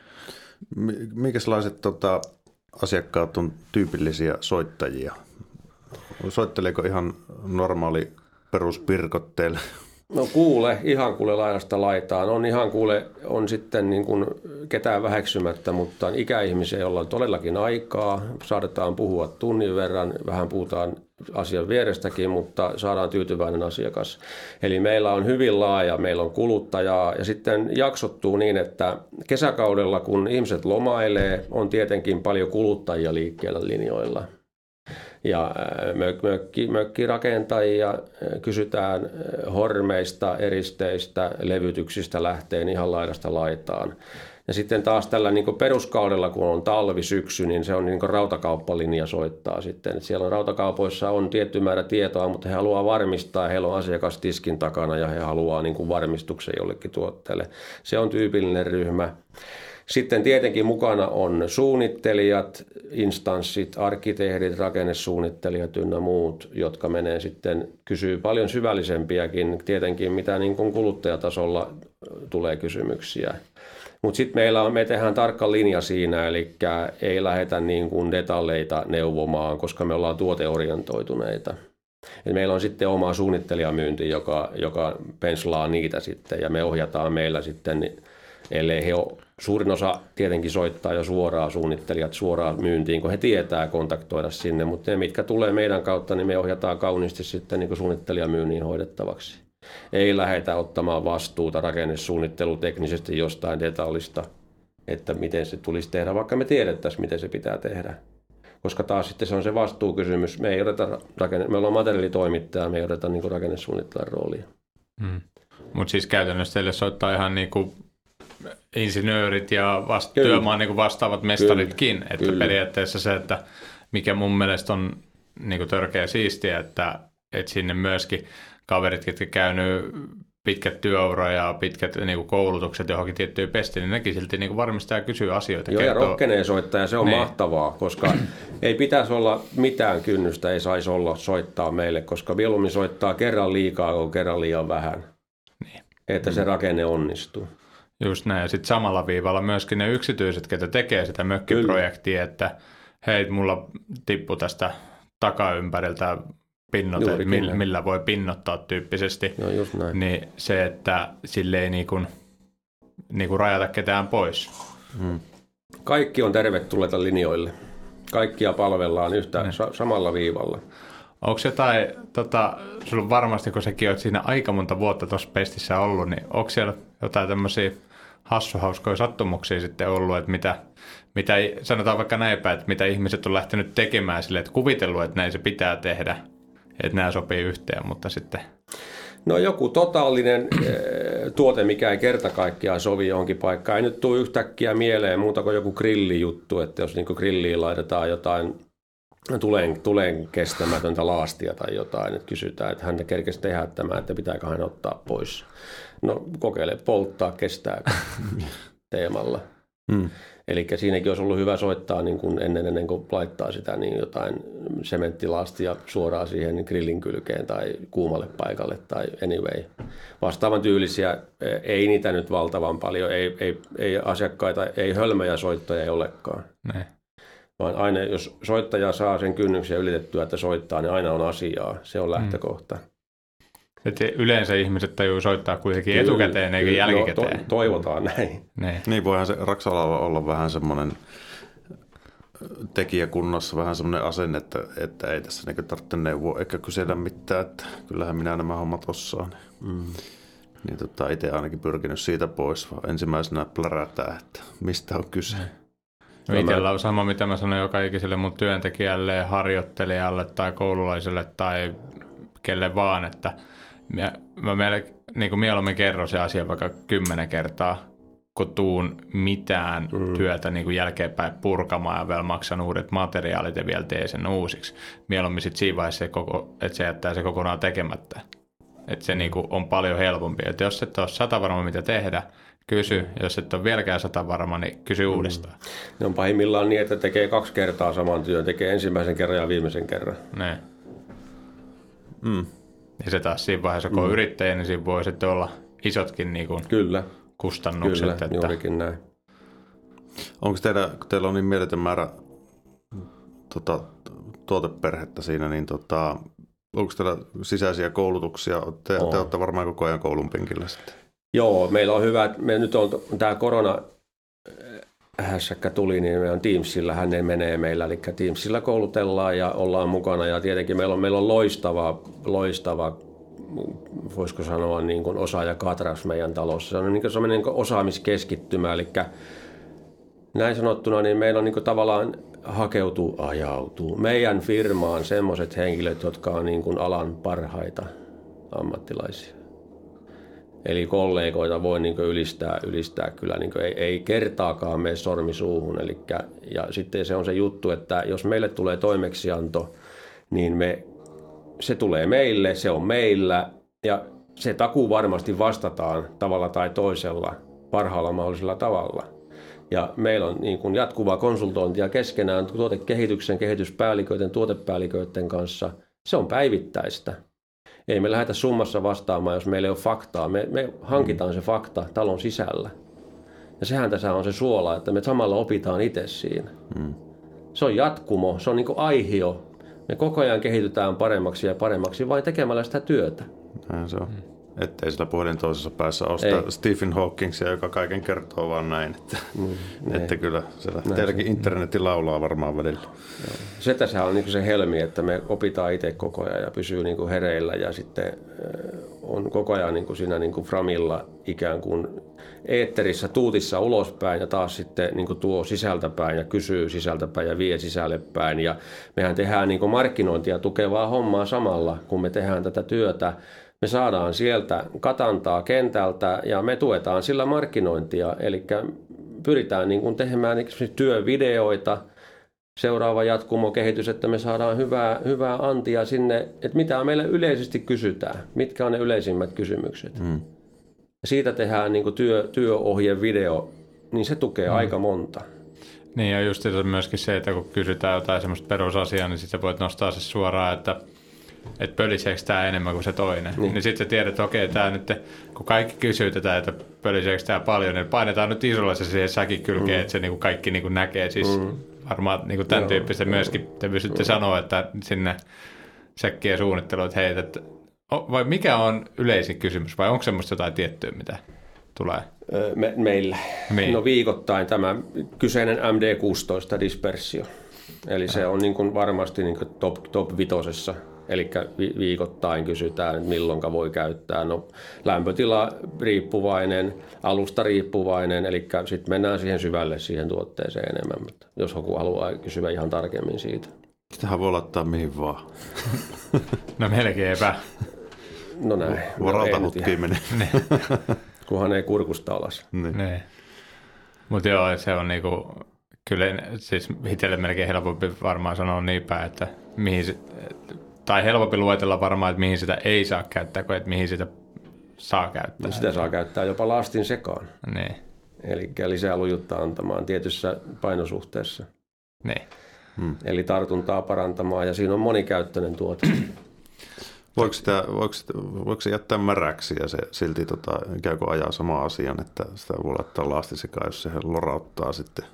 Speaker 2: Minkälaiset asiakkaat on tyypillisiä soittajia? Soitteleeko ihan normaali peruspirkotteella?
Speaker 3: No ihan kuule laidasta laitaan. On sitten niin kuin ketään väheksymättä, mutta ikäihmisiä, joilla on todellakin aikaa. Saadaan puhua tunnin verran, vähän puhutaan asian vierestäkin, mutta saadaan tyytyväinen asiakas. Eli meillä on hyvin laaja, meillä on kuluttajaa ja sitten jaksottuu niin, että kesäkaudella kun ihmiset lomailee, on tietenkin paljon kuluttajia liikkeellä linjoilla. Ja mökkirakentajia kysytään hormeista, eristeistä, levytyksistä lähteen ihan laidasta laitaan. Ja sitten taas tällä niin peruskaudella, kun on talvi, syksy, niin se on niin rautakauppalinja soittaa sitten. Et siellä on rautakaupoissa on tietty määrä tietoa, mutta he haluaa varmistaa, heillä on asiakas tiskin takana ja he haluaa niin varmistuksen jollekin tuotteelle. Se on tyypillinen ryhmä. Sitten tietenkin mukana on suunnittelijat, instanssit, arkkitehdit, rakennesuunnittelijat ynnä muut, jotka menee sitten, kysyy paljon syvällisempiäkin, tietenkin mitä niin kuin kuluttajatasolla tulee kysymyksiä. Mutta sitten me tehdään tarkka linja siinä, eli ei lähdetä niin kuin detaljeita neuvomaan, koska me ollaan tuoteorientoituneita. Et meillä on sitten oma suunnittelijamyynti, joka penslaa niitä sitten ja me ohjataan meillä sitten, ellei he ole, suurin osa tietenkin soittaa jo suoraan suunnittelijat suoraan myyntiin, kun he tietää kontaktoida sinne, mutta ne, mitkä tulee meidän kautta, niin me ohjataan kauniisti sitten niin kuin suunnittelijamyynnin hoidettavaksi. Ei lähdetä ottamaan vastuuta rakennesuunnitteluteknisesti jostain detaljista, että miten se tulisi tehdä, vaikka me tiedettäisiin, miten se pitää tehdä. Koska taas sitten se on se vastuukysymys. Me ollaan materiaalitoimittaja, me ei odeta niin rakennesuunnittelijan roolia.
Speaker 1: Mutta siis käytännössä teille soittaa ihan niin kuin insinöörit ja työmaan niin kuin vastaavat mestaritkin. Kyllä. Että periaatteessa se, että mikä mun mielestä on niin kuin törkeä siistiä, että sinne myöskin kaverit, jotka käynyt pitkät työuroja ja pitkät niin kuin koulutukset johonkin tiettyyn pestiin, niin nekin silti niin kuin varmistaa ja kysyy asioita.
Speaker 3: Joo, ja rohkenee soittaa, ja se on mahtavaa, koska ei pitäisi olla mitään kynnystä, ei saisi olla soittaa meille, koska mieluummin soittaa kerran liikaa kuin kerran liian vähän, että se rakenne onnistuu.
Speaker 1: Just näin, ja sitten samalla viivalla myöskin ne yksityiset, ketä tekee sitä mökkiprojektia, että hei, mulla tippui tästä takaympärилtä pinnote, millä voi pinnottaa tyyppisesti, niin se, että sille ei niinku rajata ketään pois.
Speaker 3: Kaikki on tervetulleita linjoille. Kaikkia palvellaan samalla viivalla.
Speaker 1: Onko jotain, sulla varmasti, kun säkin olet siinä aika monta vuotta tuossa pestissä ollut, niin onko siellä jotain tämmöisiä hassuhauskoja sattumuksia sitten ollut, että mitä sanotaan vaikka näinpä, että mitä ihmiset on lähtenyt tekemään sille, että kuvitellut, että näin se pitää tehdä, että nämä sopii yhteen, mutta sitten...
Speaker 3: No joku totaalinen tuote, mikä ei kerta kaikkiaan sovi johonkin paikkaan. Ei nyt tule yhtäkkiä mieleen muuta kuin joku grillijuttu, että jos niin grilliin laitetaan jotain tulen kestämätöntä laastia tai jotain, että kysytään, että hän kerkesi tehdä tämä, että pitääkö hän ottaa pois. No kokeile polttaa, kestääkö teemalla. Eli siinäkin olisi ollut hyvä soittaa niin kuin ennen kuin laittaa sitä niin jotain sementtilastia suoraan siihen grillin kylkeen tai kuumalle paikalle tai anyway. Vastaavan tyylisiä, ei niitä nyt valtavan paljon, ei asiakkaita, ei hölmöjä soittajia ei olekaan.
Speaker 1: Ne.
Speaker 3: Vaan aina, jos soittaja saa sen kynnyksen ylitettyä, että soittaa, niin aina on asiaa. Se on lähtökohta.
Speaker 1: Että yleensä ihmiset tajuu soittaa kuitenkin etukäteen eikä jälkikäteen.
Speaker 3: No, toivotaan näin.
Speaker 2: Niin voihan se Raksalalla olla vähän semmoinen tekijäkunnassa, vähän semmoinen asenne, että ei tässä niin tarvitse neuvoa eikä kysellä mitään, että kyllähän minä nämä hommat osaan. Niin itse ainakin pyrkinyt siitä pois, vaan ensimmäisenä plärätään, että mistä on kyse.
Speaker 1: Itsellä on sama, mitä mä sanoin joka ikiselle mun työntekijälle, harjoittelijalle tai koululaiselle tai kelle vaan, että mä niin mieluummin kerron se asia vaikka 10 kertaa, kun tuun mitään työtä niin kuin jälkeenpäin purkamaan ja vielä maksan uudet materiaalit ja vielä teen sen uusiksi. Mieluummin sitten siinä vaiheessa, että se jättää se kokonaan tekemättä. Että se niin kuin on paljon helpompi. Että jos et ole 100 varma mitä tehdä, kysy. Jos et ole vieläkään 100 varma, niin kysy uudestaan.
Speaker 3: Ne on pahimmillaan niin, että tekee 2 kertaa saman työn. Tekee ensimmäisen kerran ja viimeisen kerran.
Speaker 1: Ne. Ja se taas siinä vaiheessa, kun on yrittäjä, niin siinä voi sitten olla isotkin niin kuin
Speaker 3: Kyllä.
Speaker 1: kustannukset.
Speaker 3: Kyllä,
Speaker 1: että
Speaker 3: juurikin näin.
Speaker 2: Onko teillä on niin mieletön määrä tuoteperhettä siinä, niin onko teillä sisäisiä koulutuksia? Te olette varmaan koko ajan koulun penkillä sitten.
Speaker 3: Joo, meillä on hyvä. Nyt on tämä korona-hässäkkä tuli, niin meidän Teamsillähän ne menee meillä. Eli Teamsilla koulutellaan ja ollaan mukana. Ja tietenkin meillä on loistava voisiko sanoa niin kuin osaajakatras meidän talossa. Se on sellainen niin kuin osaamiskeskittymä. Eli näin sanottuna, niin meillä on niin kuin tavallaan ajautuu meidän firmaan semmoiset henkilöt, jotka on niin kuin alan parhaita ammattilaisia. Eli kollegoita voi niin kuin ylistää kyllä, niin kuin ei kertaakaan mene sormi suuhun. Ja sitten se on se juttu, että jos meille tulee toimeksianto, niin se tulee meille, se on meillä ja se takuu varmasti vastataan tavalla tai toisella parhaalla mahdollisella tavalla. Ja meillä on niin kuin jatkuvaa konsultointia keskenään tuotekehityksen, kehityspäälliköiden, tuotepäälliköiden kanssa. Se on päivittäistä. Ei me lähdetä summassa vastaamaan, jos meillä ei ole faktaa. Me hankitaan se fakta talon sisällä. Ja sehän tässä on se suola, että me samalla opitaan itse siinä. Se on jatkumo, se on niin kuin aihio. Me koko ajan kehitytään paremmaksi ja paremmaksi vain tekemällä sitä työtä.
Speaker 2: Näin se on. Ettei sillä puhelin toisessa päässä ole sitä Stephen Hawkingsia, joka kaiken kertoo vaan näin. Että kyllä teilläkin internetti laulaa varmaan välillä.
Speaker 3: Se tässä on niin se helmi, että me opitaan itse koko ajan ja pysyy niin kuin hereillä ja sitten on koko ajan niin kuin siinä niin kuin framilla ikään kuin eetterissä, tuutissa ulospäin ja taas sitten niin kuin tuo sisältäpäin ja kysyy sisältäpäin ja vie sisällepäin. Ja mehän tehdään niin kuin markkinointia tukevaa hommaa samalla, kun me tehdään tätä työtä. Me saadaan sieltä katantaa kentältä ja me tuetaan sillä markkinointia, eli pyritään niin kuin tekemään työvideoita, seuraava jatkumo-kehitys, että me saadaan hyvää antia sinne, että mitä meille yleisesti kysytään, mitkä on ne yleisimmät kysymykset. Ja siitä tehdään niin kuin työohjevideo, niin se tukee aika monta.
Speaker 1: Niin ja just myöskin se, että kun kysytään jotain semmoista perusasiaa, niin sitten voit nostaa se suoraan, että pöliseekö tämä enemmän kuin se toinen. Niin sitten sä tiedät, että okei, tämä nyt, kun kaikki kysyy tätä, että pöliseekö tämä paljon, niin painetaan nyt isolla se siihen säkikylkeen, että se niinku kaikki niinku näkee. Siis varmaan niinku tämän tyyppistä myöskin te pystytte sanoa, että sinne säkkien suunnitteluun, että hei, vai mikä on yleisin kysymys, vai onko semmoista jotain tiettyä, mitä tulee?
Speaker 3: Meillä. No viikoittain tämä kyseinen MD16 dispersio. Eli se on niin kuin varmasti niin kuin top 5. Eli viikoittain kysytään, että milloinka voi käyttää. No, lämpötila riippuvainen, alusta riippuvainen, eli sitten mennään siihen syvälle siihen tuotteeseen enemmän, mutta jos joku haluaa kysyä ihan tarkemmin siitä.
Speaker 2: Sitähän voi laittaa mihin vaan.
Speaker 1: No melkeinpä.
Speaker 3: No näin.
Speaker 2: Varalta hutkiin menee.
Speaker 3: Kunhan ei kurkusta alas.
Speaker 1: Niin. Mutta joo, se on niinku, kyllä siis itselle melkein helpompi varmaan sanoa niin päin, että mihin tai helpompi luetella varmaan, että mihin sitä ei saa käyttää, kuin että mihin sitä saa käyttää.
Speaker 3: Sitä saa käyttää jopa lastin sekaan.
Speaker 1: Niin.
Speaker 3: Eli lisää lujutta antamaan tietyssä painosuhteessa.
Speaker 1: Niin.
Speaker 3: Eli tartuntaa parantamaan, ja siinä on monikäyttöinen tuote.
Speaker 2: Voiko se jättää märäksi ja se silti ikään kuin ajaa saman asian, että sitä voi laittaa lastisekaan, jos se lorauttaa sitten?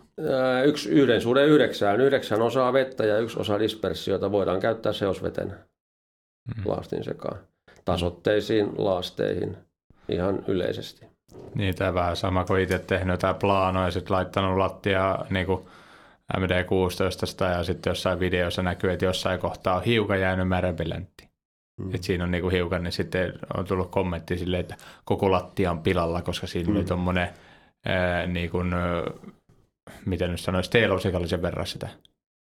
Speaker 3: 1:9. 9 osaa vettä ja 1 osa dispersiota voidaan käyttää seosvetenä lastin sekaan. Tasotteisiin, laasteihin ihan yleisesti.
Speaker 1: Niin, tämä vähän sama kuin itse tehnyt jotain plaanoja ja sitten laittanut lattia niin kuin MD16 ja sitten jossain videossa näkyy, että jossain kohtaa on hiukan jäänyt märempi läntti. Että siinä on niinku hiukan, niin sitten on tullut kommentti silleen, että koko lattia on pilalla, koska siinä oli tommoinen niinku miten nyt sanoisi, teelousikallisen verran sitä.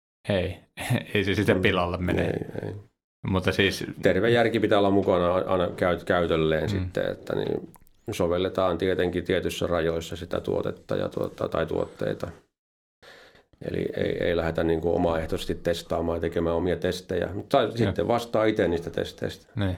Speaker 1: Ei se sitten pilalle mene.
Speaker 3: Ei.
Speaker 1: Mutta siis...
Speaker 3: Terve järki pitää olla mukana aina käytölleen sitten, että niin sovelletaan tietenkin tietyissä rajoissa sitä tuotetta tai tuotteita. Eli ei lähdetä niin kuin omaehtoisesti testaamaan ja tekemään omia testejä, mutta sitten vastaa itse niistä testeistä.
Speaker 1: Niin.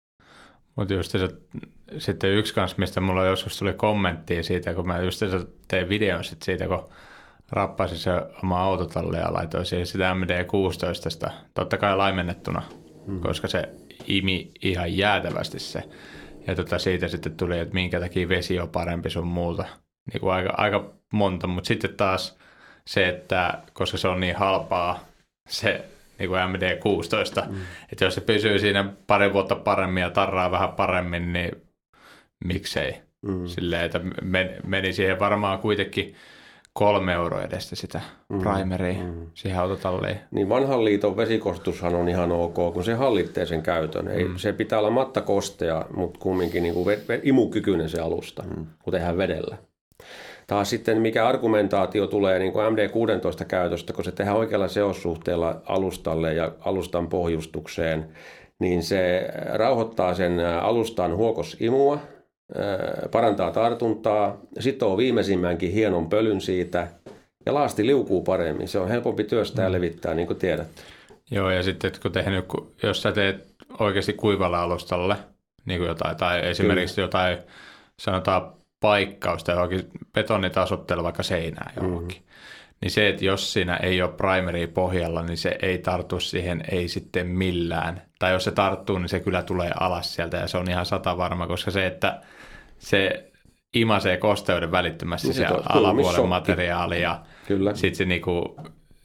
Speaker 1: Mutta just se, sitten yksi kanssa, mistä mulla joskus tuli kommenttia siitä, kun mä just tein videon siitä, kun rappasin se oma autotalle ja laitoin siihen sitä MD16, totta kai laimennettuna, koska se imi ihan jäätävästi se. Ja siitä sitten tuli, että minkä takia vesi on parempi sun muuta. Niin kuin aika monta, mutta sitten taas se, että koska se on niin halpaa, se niin kuin MD16, että jos se pysyy siinä pari vuotta paremmin ja tarraa vähän paremmin, niin miksei. Silleen, että meni siihen varmaan kuitenkin 3 € edestä sitä primeria siihen autotalliin.
Speaker 3: Niin vanhan liiton vesikostushan on ihan ok, kun se hallitsee sen käytön. Se pitää olla mattakostea, mutta kumminkin niin kuin imukykyinen se alusta, kun tehdään vedellä. Taas sitten mikä argumentaatio tulee niin kuin MD16 käytöstä, kun se tehdään oikealla seossuhteella alustalle ja alustan pohjustukseen, niin se rauhoittaa sen alustan huokosimua, parantaa tartuntaa, sitoo viimeisimmänkin hienon pölyn siitä ja laasti liukuu paremmin. Se on helpompi työstää ja levittää, niin kuin tiedät.
Speaker 1: Joo, ja sitten jos sä teet oikeasti kuivalle alustalle niin kuin jotain, tai esimerkiksi jotain, sanotaan paikkausta johonkin betonitasottelu vaikka seinään johonkin, niin se, että jos siinä ei ole primeria pohjalla, niin se ei tartu siihen ei sitten millään. Tai jos se tarttuu, niin se kyllä tulee alas sieltä ja se on ihan 100% varma, koska se, että se imasee kosteuden välittömästi niin se alapuolen materiaali ja sitten se niinku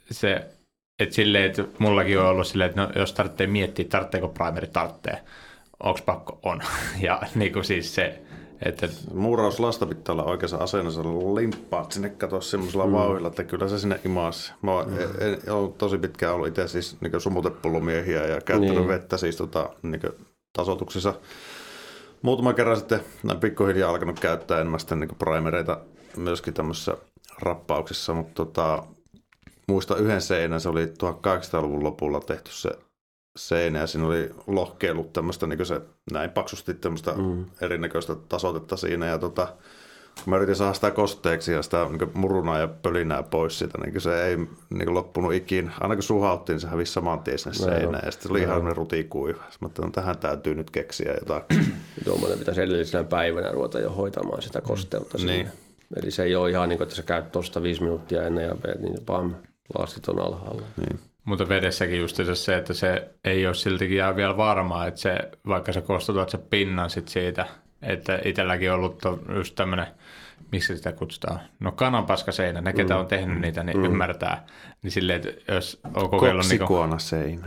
Speaker 1: että silleen, että mullakin on ollut silleen, että no, jos tarvitsee miettiä, tarvitseeko primeri tarvitsee, onko pakko on. Ja niinku siis se, että
Speaker 2: muurauslasta pitää olla oikeassa asennossa, limppaat sinne katoa semmoisella vauhdilla, että kyllä se sinne imaasi. Mä oon tosi pitkään ollut itse siis niin sumuteppullumiehiä ja käyttänyt vettä siis niin tasoituksissa. Muutama kerran sitten näin pikkuhiljaa alkanut käyttää enemmän sitten niin primereita myöskin tämmöisissä rappauksissa, mutta muistan yhden seinän, se oli 1800-luvun lopulla tehty se seinä ja siinä oli lohkeillut tämmöistä niin se näin paksusti tämmöistä erinäköistä tasoitetta siinä ja kun mä yritin saada sitä kosteeksi ja sitä niin murunaa ja pölinää pois siitä, niin se ei niin loppunut ikinä. Aina kun suhauttiin, niin se hävisi saman tien sinne seinään ja sitten oli ihan rutikuiva. Mä ajattelin, että tähän täytyy nyt keksiä jotakin.
Speaker 3: Tuommoinen pitäisi edellisenä päivänä ruveta jo hoitamaan sitä kosteutta siinä. Niin. Eli se ei ole ihan niin kuin, että sä käyt tuosta 5 minuuttia ennen ja niin pam, laastit on alhaalla. Niin.
Speaker 1: Mutta vedessäkin just se, että se ei ole siltikin jää vielä varmaa, että se, vaikka sä kostutat se pinnan sit siitä, että itselläkin on ollut just tämmöinen, miksi sitä kutsutaan, no kananpaskaseinä, ne ketä on tehnyt niitä, niin ymmärtää. Niin silleen, että jos on kokeillut
Speaker 2: koksikuonaseinä.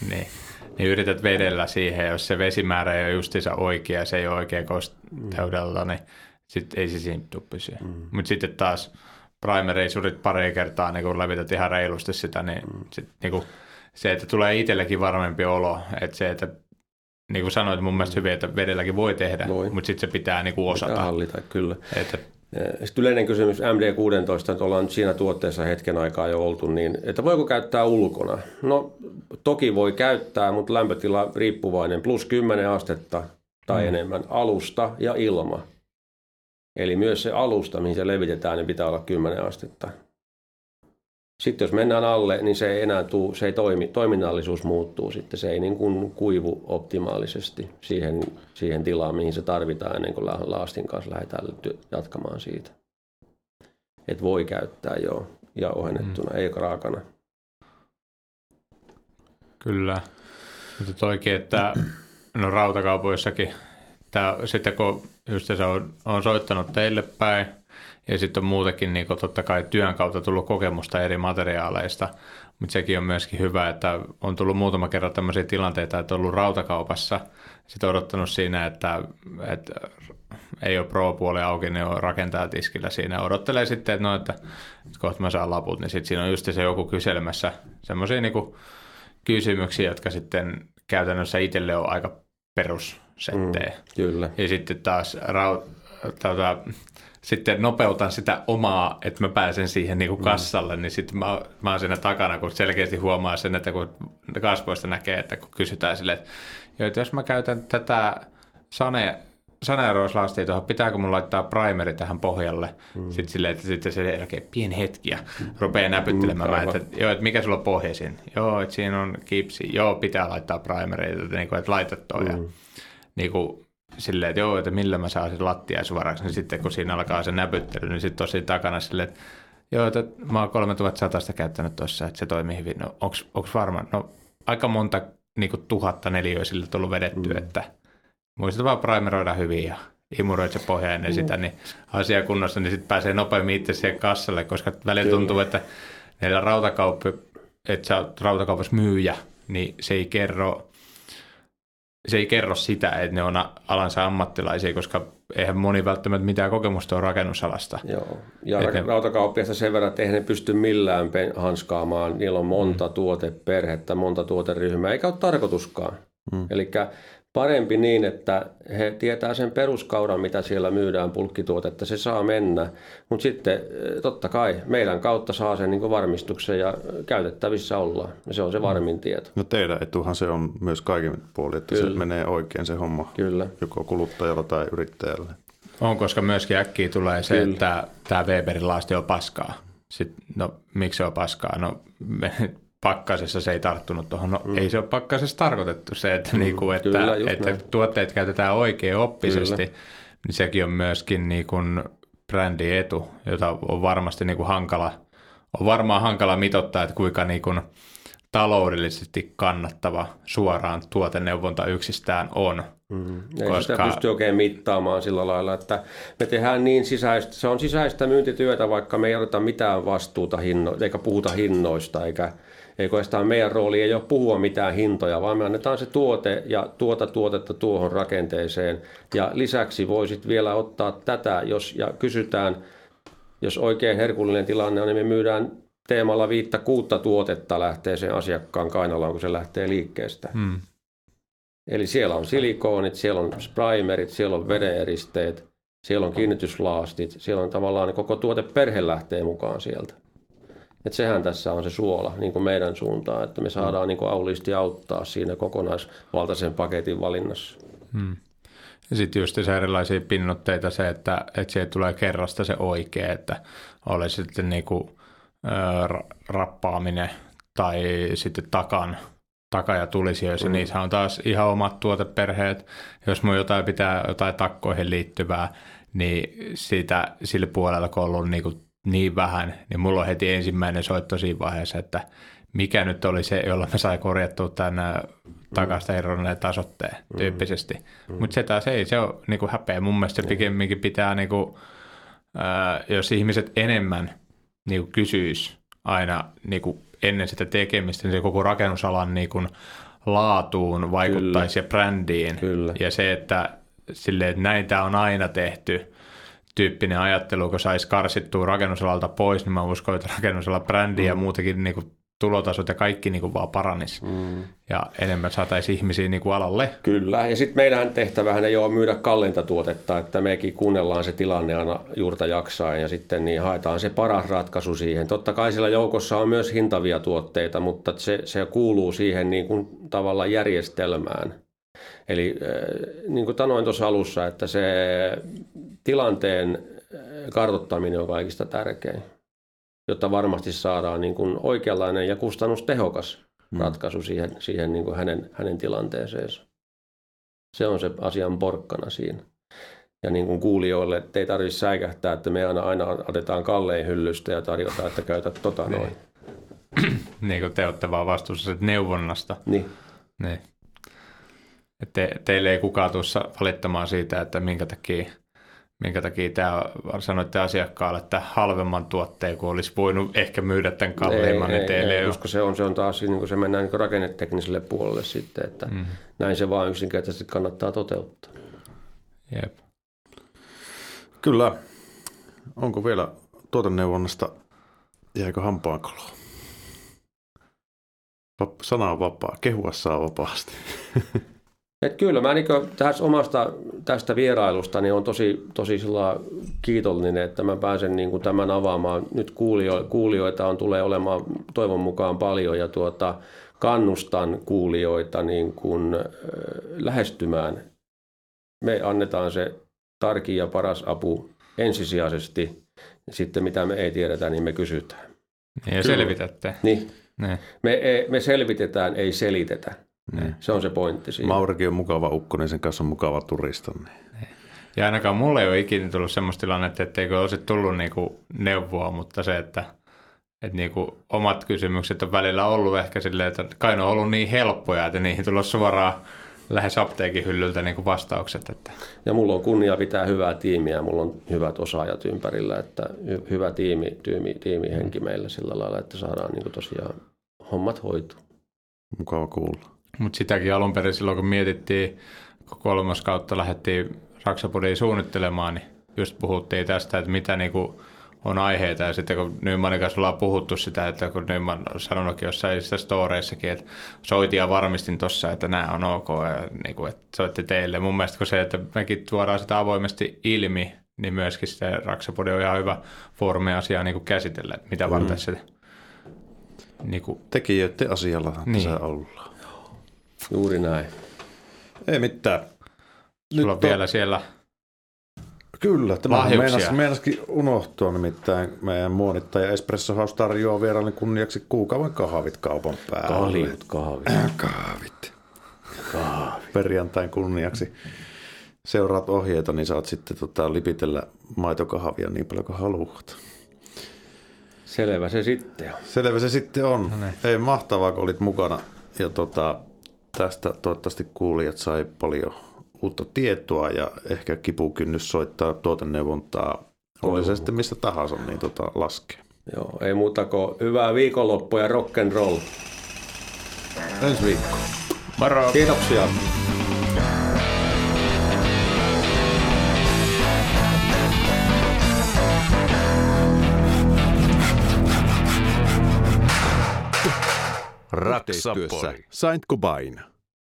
Speaker 1: Niin yrität vedellä siihen, jos se vesimäärä ei ole justiinsa oikea, se ei ole oikea kosteudella, niin sitten ei se siinä tule pysyä. Mutta sitten taas primeria surit pari kertaa, niin kun levität ihan reilusti sitä, niin, sit, niin kun, se, että tulee itsellekin varmempi olo, että se, että niin kuin sanoit mun mielestä hyvin, että vedelläkin voi tehdä, mutta sitten se pitää niin kuin osata.
Speaker 3: Pitää hallita, kyllä. Sitten yleinen kysymys MD16, että ollaan siinä tuotteessa hetken aikaa jo oltu, niin että voiko käyttää ulkona? No toki voi käyttää, mutta lämpötila riippuvainen, plus 10 astetta tai enemmän, alusta ja ilma. Eli myös se alusta, mihin se levitetään, niin pitää olla 10 astetta. Sitten jos mennään alle, niin se ei enää se ei toiminnallisuus muuttuu sitten. Se ei niin kuin kuivu optimaalisesti siihen tilaan, mihin se tarvitaan ennen kuin laastin kanssa lähdetään jatkamaan siitä. Et voi käyttää jo ja ohennettuna, ei raakana.
Speaker 1: Kyllä. Mutta toikin, että no rautakaupoissakin, sitten kun just se on soittanut teille päin, ja sitten on muutenkin niin totta kai työn kautta tullut kokemusta eri materiaaleista, mutta sekin on myöskin hyvä, että on tullut muutama kerran tämmöisiä tilanteita, että on ollut rautakaupassa, sitten odottanut siinä, että ei ole pro-puoli auki, niin on rakentajatiskillä siinä. Odottelee sitten, että kohta mä saan laput, niin sitten siinä on just se joku kyselemässä semmoisia niin kysymyksiä, jotka sitten käytännössä itselle on aika perussettejä.
Speaker 3: Kyllä.
Speaker 1: Ja sitten taas sitten nopeutan sitä omaa, että mä pääsen siihen niin kuin kassalle, niin sitten mä oon siinä takana, kun selkeästi huomaa sen, että kun kasvoista näkee, että kun kysytään silleen, että jos mä käytän tätä saneerauslastia tuohon, pitääkö mun laittaa primeri tähän pohjalle? Sitten silleen, että sitten sen jälkeen pieni hetki ja rupeaa näpyttelemään, että mikä sulla on pohjaisin? Joo, että siinä on kipsi. Joo, pitää laittaa primereita, että laita toi. Ja, niin kuin, silleen, että joo, että millä mä saan sen lattiaisvaraksi. Niin sitten kun siinä alkaa se näpyttely, niin sitten tosi takana silleen, että joo, että mä oon 3100 käyttänyt tuossa, että se toimii hyvin. No onks varma? No aika monta niin kuin 1000 neliöä sille tullut vedettyä, että muistat vaan primeroida hyvin ja imuroit se pohja ennen sitä, niin asia kunnossa, niin sitten pääsee nopeammin itse siihen kassalle, koska välillä tuntuu, että näillä että sä oot rautakaupassa myyjä, niin se ei kerro sitä, että ne on alansa ammattilaisia, koska eihän moni välttämättä mitään kokemusta ole rakennusalasta.
Speaker 3: Joo, ja rautakauppiasta sen verran, että eihän ne pysty millään hanskaamaan. Niillä on monta tuoteperhettä, monta tuoteryhmää, eikä ole tarkoituskaan. Elikkä parempi niin, että he tietää sen peruskauran, mitä siellä myydään bulkkituotetta, se saa mennä. Mutta sitten totta kai meidän kautta saa sen niin varmistuksen ja käytettävissä ollaan. Ja se on se varmin tieto.
Speaker 2: No teidän etuhan se on myös kaikin puolin, että Kyllä. se menee oikein se homma.
Speaker 3: Kyllä.
Speaker 2: Joko kuluttajalla tai yrittäjällä.
Speaker 1: On, koska myöskin äkkiä tulee se, Kyllä. että tämä Weberin lasti on paskaa. Sitten, no miksi se on paskaa? No pakkasessa se ei tarttunut tuohon. No ei se ole pakkasessa tarkoitettu se, että, niinku, että tuotteet käytetään oikein oppisesti, niin sekin on myöskin niinku brändin etu, jota on varmasti niinku hankala mitoittaa, että kuinka niinku taloudellisesti kannattava suoraan tuoteneuvonta yksistään on.
Speaker 3: Ei sitä pysty oikein mittaamaan sillä lailla, että me tehdään niin sisäistä, se on sisäistä myyntityötä, vaikka me ei oteta mitään vastuuta eikä puhuta hinnoista, eikä oikeastaan meidän rooli ei ole puhua mitään hintoja, vaan me annetaan se tuote ja tuotetta tuohon rakenteeseen. Ja lisäksi voisit vielä ottaa tätä, ja kysytään, jos oikein herkullinen tilanne on, niin me myydään teemalla 5-6 tuotetta lähtee sen asiakkaan kainalaan, kun se lähtee liikkeestä. Eli siellä on silikoonit, siellä on primerit, siellä on vedeneristeet, siellä on kiinnityslaastit, siellä on tavallaan koko tuoteperhe lähtee mukaan sieltä. Että sehän tässä on se suola niin kuin meidän suuntaan, että me saadaan niin kuin auliisti auttaa siinä kokonaisvaltaisen paketin valinnassa.
Speaker 1: Ja sitten just se erilaisia pinnotteita se, että siihen tulee kerrasta se oikea, että oli sitten niin kuin rappaaminen tai sitten taka- ja tulisijoissa, niissä on taas ihan omat tuoteperheet. Jos mun jotain takkoihin liittyvää, niin sillä puolella, kun on ollut niin vähän, niin mulla on heti ensimmäinen soitto siinä vaiheessa, että mikä nyt oli se, jolla me sai korjattua tämän takasta eronneen tasotteen tyyppisesti. Mutta se taas ei, se on niinku häpeä. Mun mielestä se pikemminkin pitää, jos ihmiset enemmän kysyisi aina ennen sitä tekemistä, niin se koko rakennusalan laatuun vaikuttaisi ja brändiin.
Speaker 3: Kyllä.
Speaker 1: Ja se, että näin tämä on aina tehty, tyyppinen ajattelu, kun saisi karsittua rakennusalalta pois, niin mä uskon, että rakennusalan brändi ja muutenkin tulotasot ja kaikki vaan paranisi. Ja enemmän saataisiin ihmisiä alalle.
Speaker 3: Kyllä, ja sitten meidän tehtävähän ei ole myydä kalleinta tuotetta, että mekin kuunnellaan se tilanne aina juurta jaksain ja sitten niin haetaan se paras ratkaisu siihen. Totta kai siellä joukossa on myös hintavia tuotteita, mutta se kuuluu siihen tavallaan järjestelmään. Eli niin kuin sanoin tuossa alussa, että se tilanteen kartoittaminen on kaikista tärkein, jotta varmasti saadaan oikeanlainen ja kustannustehokas ratkaisu siihen hänen tilanteeseensa. Se on se asian porkkana siinä. Ja niin kuin kuulijoille, ettei tarvitse säikähtää, että me aina otetaan kallein hyllystä ja tarjotaan, että käytät noin.
Speaker 1: Niin kuin te olette vaan vastuussa neuvonnasta.
Speaker 3: Niin.
Speaker 1: Teille ei kukaan tuossa valittamaan siitä, että minkä takia sanoitte asiakkaalle, että halvemman tuotteen, kun olisi voinut ehkä myydä tämän kalleimman.
Speaker 3: Ei, koska se on taas, se mennään rakennetekniselle puolelle sitten, että näin se vaan yksinkertaisesti kannattaa toteuttaa.
Speaker 1: Jep.
Speaker 2: Kyllä. Onko vielä tuoteneuvonnasta, jäikö hampaankoloa? Sana on vapaa, kehua saa vapaasti.
Speaker 3: Kyllä, mä tässä omasta tästä vierailusta niin on tosi kiitollinen, että mä pääsen niin kuin tämän avaamaan. Nyt kuulijoita tulee olemaan toivon mukaan paljon ja kannustan kuulijoita niin kuin lähestymään. Me annetaan se tarkin ja paras apu ensisijaisesti. Sitten mitä me ei tiedetä, niin me kysytään.
Speaker 1: Ja selvitätte.
Speaker 3: Niin. Me selvitetään, ei selitetä. Se on se pointti siinä.
Speaker 2: Maurikin on mukava ukko, niin sen kanssa on mukava turista. Niin.
Speaker 1: Ja ainakaan mulle ei ole ikinä tullut semmoista tilannetta, etteikö olisi tullut niinku neuvoa, mutta se, että niinku omat kysymykset on välillä ollut ehkä silleen, että kai ne on ollut niin helppoja, että niihin tullut suoraan lähes apteekin hyllyltä niinku vastaukset. Että.
Speaker 3: Ja mulla on kunnia pitää hyvää tiimiä, mulla on hyvät osaajat ympärillä, että hyvä tiimihenki meillä sillä lailla, että saadaan niinku tosiaan hommat hoituu.
Speaker 2: Mukava kuulla.
Speaker 1: Mutta sitäkin alun perin silloin, kun mietittiin, kun 3. kautta lähdettiin Raksapodia suunnittelemaan, niin just puhuttiin tästä, että mitä niinku on aiheita. Ja sitten kun Nymanin kanssa ollaan puhuttu sitä, että kun Nyman on sanonutkin jossain storeissakin, että soitin ja varmistin tuossa, että nämä on ok, ja niinku, että soitti teille. Mun mielestä kun se, että mekin tuodaan sitä avoimesti ilmi, niin myöskin se Raksapodia on ihan hyvä foorumi asiaa niinku käsitellä, että mitä varten se niinku.
Speaker 2: Tekijöiden asialla tässä ollaan.
Speaker 3: Juuri näin.
Speaker 2: Ei mitään.
Speaker 1: Sulla on vielä siellä
Speaker 2: kyllä, tämä
Speaker 1: lahjuksia.
Speaker 2: Meinaskin unohtua, nimittäin meidän muonittaja Espresso House tarjoaa vieraille kunniaksi kuukauden kahvit kaupan päälle. Kahvit. Perjantain kunniaksi. Seuraat ohjeita, niin saat sitten lipitellä maitokahvia niin paljon kuin haluat.
Speaker 3: Selvä se sitten on.
Speaker 2: Selvä se sitten on. Ei mahtavaa, kun olit mukana. Ja tästä toivottavasti kuulijat sai paljon uutta tietoa ja ehkä kipukynnys soittaa tuoteneuvontaa. Oli se sitten mistä tahansa, niin laskee.
Speaker 3: Joo, ei muuta kuin hyvää viikonloppua ja rock and roll.
Speaker 2: Ensi viikko.
Speaker 1: Moro!
Speaker 3: Kiitoksia!
Speaker 4: Raksapori. Saint Cobain.